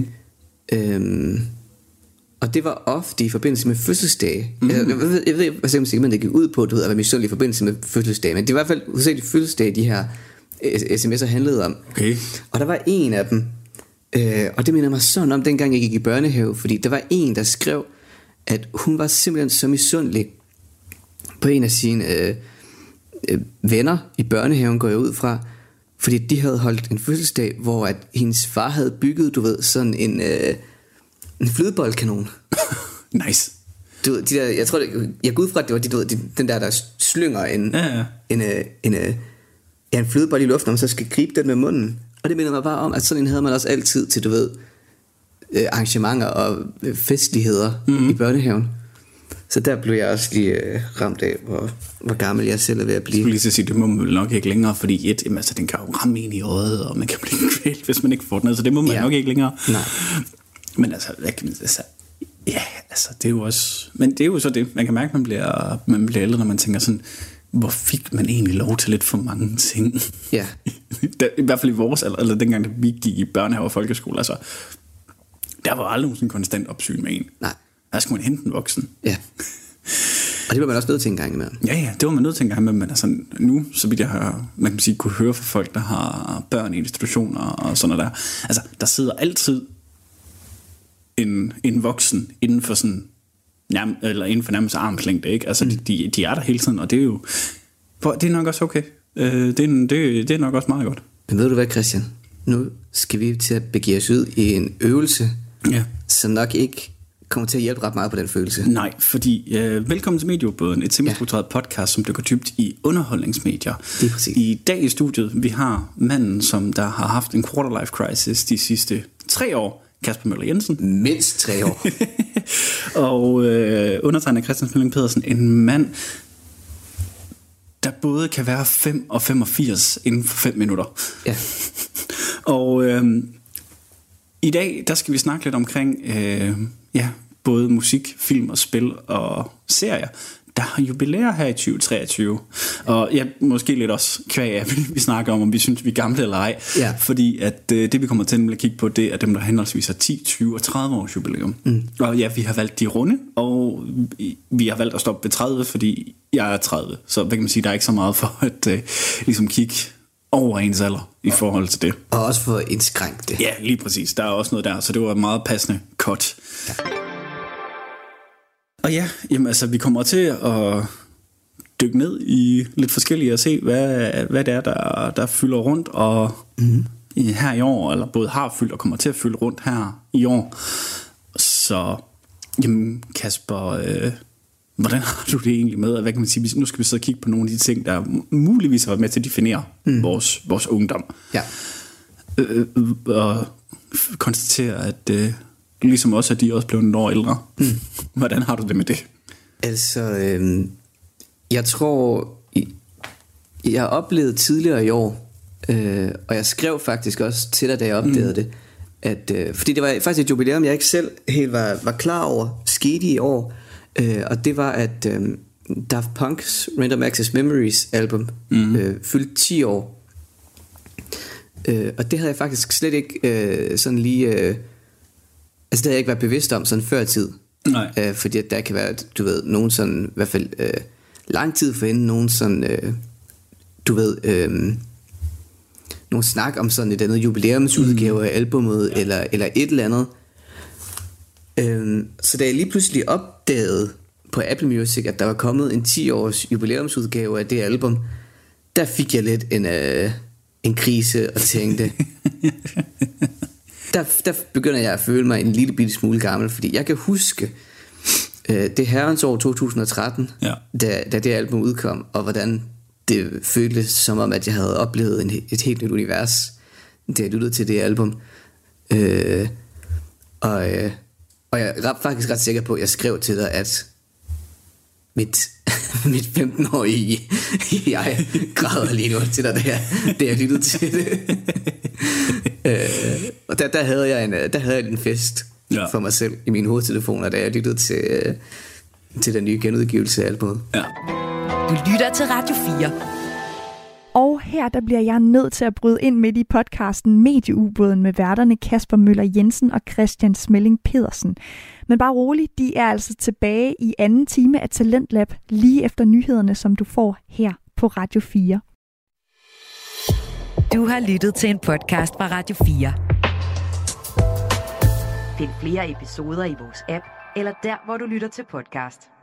Og det var ofte i forbindelse med fødselsdage. Jeg ved ikke, hvad segmentet gik ud på, du ved, at være misundelig i forbindelse med fødselsdage, men det var i hvert fald hovedsageligt fødselsdage, de her sms'er handlede om. Okay. Og der var en af dem, og det minder mig sådan om, dengang jeg gik i børnehave, fordi der var en, der skrev, at hun var simpelthen så misundelig på en af sine venner i børnehaven, går jeg ud fra, fordi de havde holdt en fødselsdag, hvor at hendes far havde bygget, du ved, sådan en flødeboldkanon. Nice. Du ved, de der, jeg tror, jeg går ud fra, at det var den der slynger en flødebold i luften, og man så skal gribe den med munden. Og det minder mig bare om, at sådan en havde man også altid til, du ved, arrangementer og festligheder i børnehaven. Så der blev jeg også lige ramt af, hvor gammel jeg selv er ved at blive. Jeg skulle lige til at sige, det må man nok ikke længere, fordi altså, den kan jo ramme en i øjet, og man kan blive kvælt, hvis man ikke får den ned, så det må man nok ikke længere. Nej. Men altså, det er jo også, men det er jo så det, man kan mærke, at man bliver ældre, når man tænker sådan, hvor fik man egentlig lov til lidt for mange ting? Ja. I hvert fald i vores alder, eller dengang, da vi gik i børnehave og folkeskole, altså, der var aldrig sådan konstant opsyn med en. Nej. Der skulle man hente en voksen. Ja. Og det var man også nødt til en gang imellem. Ja, det var man nødt til en gang imellem, men altså nu, så vidt jeg har, man kan sige, kunne høre fra folk, der har børn i institutioner og sådan noget der. Altså, der sidder altid en voksen inden for sådan, eller inden for nærmest armslængde, ikke? Altså, de er der hele tiden, og det er jo, det er nok også okay. Det er nok også meget godt. Men ved du hvad, Christian? Nu skal vi til at begive os ud i en øvelse, som nok ikke kommer til at hjælpe ret meget på den følelse. Nej, fordi velkommen til Mediebåden, et semistruktureret podcast, som dykker dybt i underholdningsmedier. Det er præcis. I dag i studiet, vi har manden, som der har haft en quarter-life crisis de sidste 3 år, Kasper Møller Jensen. Mindst 3 år. Og undertegnet Christian Smelling Pedersen, en mand, der både kan være 5 og 85 inden for 5 minutter. Ja. Og i dag, der skal vi snakke lidt omkring både musik, film og spil og serier, der har jubilæer her i 2023. Og måske lidt også kvæg af, vi snakker om vi synes, vi er gamle eller ej. Ja. Fordi at det, vi kommer til at kigge på, det er dem, der henholdsvis har 10, 20 og 30 års jubilæum. Og vi har valgt de runde, og vi har valgt at stoppe ved 30, fordi jeg er 30. Så hvad kan man sige, der er ikke så meget for at ligesom kigge over ens alder i forhold til det. Og også for at indskrænke det. Ja, lige præcis. Der er også noget der, så det var et meget passende cut. Ja. Og jamen altså, vi kommer til at dykke ned i lidt forskellige og se, hvad det er, der fylder rundt og her i år, eller både har fyldt og kommer til at fylde rundt her i år. Så, jamen Kasper, hvordan har du det egentlig med? Hvad kan man sige? Nu skal vi så kigge på nogle af de ting, der muligvis har været med til at definere vores ungdom. Ja. Og konstatere, at ligesom også, at de også blev nogle år ældre. Hvordan har du det med det? Altså, jeg tror, jeg oplevede tidligere i år, og jeg skrev faktisk også til dig, da jeg opdagede det, at, fordi det var faktisk et jubilæum, jeg ikke selv helt var klar over, skete i år, og det var, at Daft Punk's Random Access Memories album fyldte 10 år. Og det havde jeg faktisk slet ikke sådan lige... altså det havde jeg ikke været bevidst om sådan før tid. Nej. Fordi at der kan være, du ved, nogen sådan, i hvert fald lang tid forinden, nogen sådan, du ved, nogen snak om sådan et andet jubilæumsudgave af albummet, eller et eller andet. Så da jeg lige pludselig opdagede på Apple Music, at der var kommet en 10-års jubilæumsudgave af det album, der fik jeg lidt en krise og tænkte... Der begynder jeg at føle mig en lille bitte smule gammel, fordi jeg kan huske det herrens år 2013, da det album udkom, og hvordan det føltes som om, at jeg havde oplevet et helt nyt univers, da jeg lyttede til det album. Og jeg er faktisk ret sikker på, at jeg skrev til dig, at mit 15-årige jeg græder lige nu til dig, da jeg lyttede til det. Og der havde jeg en fest for mig selv i mine hovedtelefoner, da jeg lyttede til den nye genudgivelse af albumet. Ja. Du lytter til Radio 4. Og her der bliver jeg nødt til at bryde ind midt i podcasten Medieubåden med værterne Kasper Møller Jensen og Christian Smelling Pedersen. Men bare rolig, de er altså tilbage i anden time af Talentlab lige efter nyhederne, som du får her på Radio 4. Du har lyttet til en podcast fra Radio 4. Find flere episoder i vores app, eller der, hvor du lytter til podcast.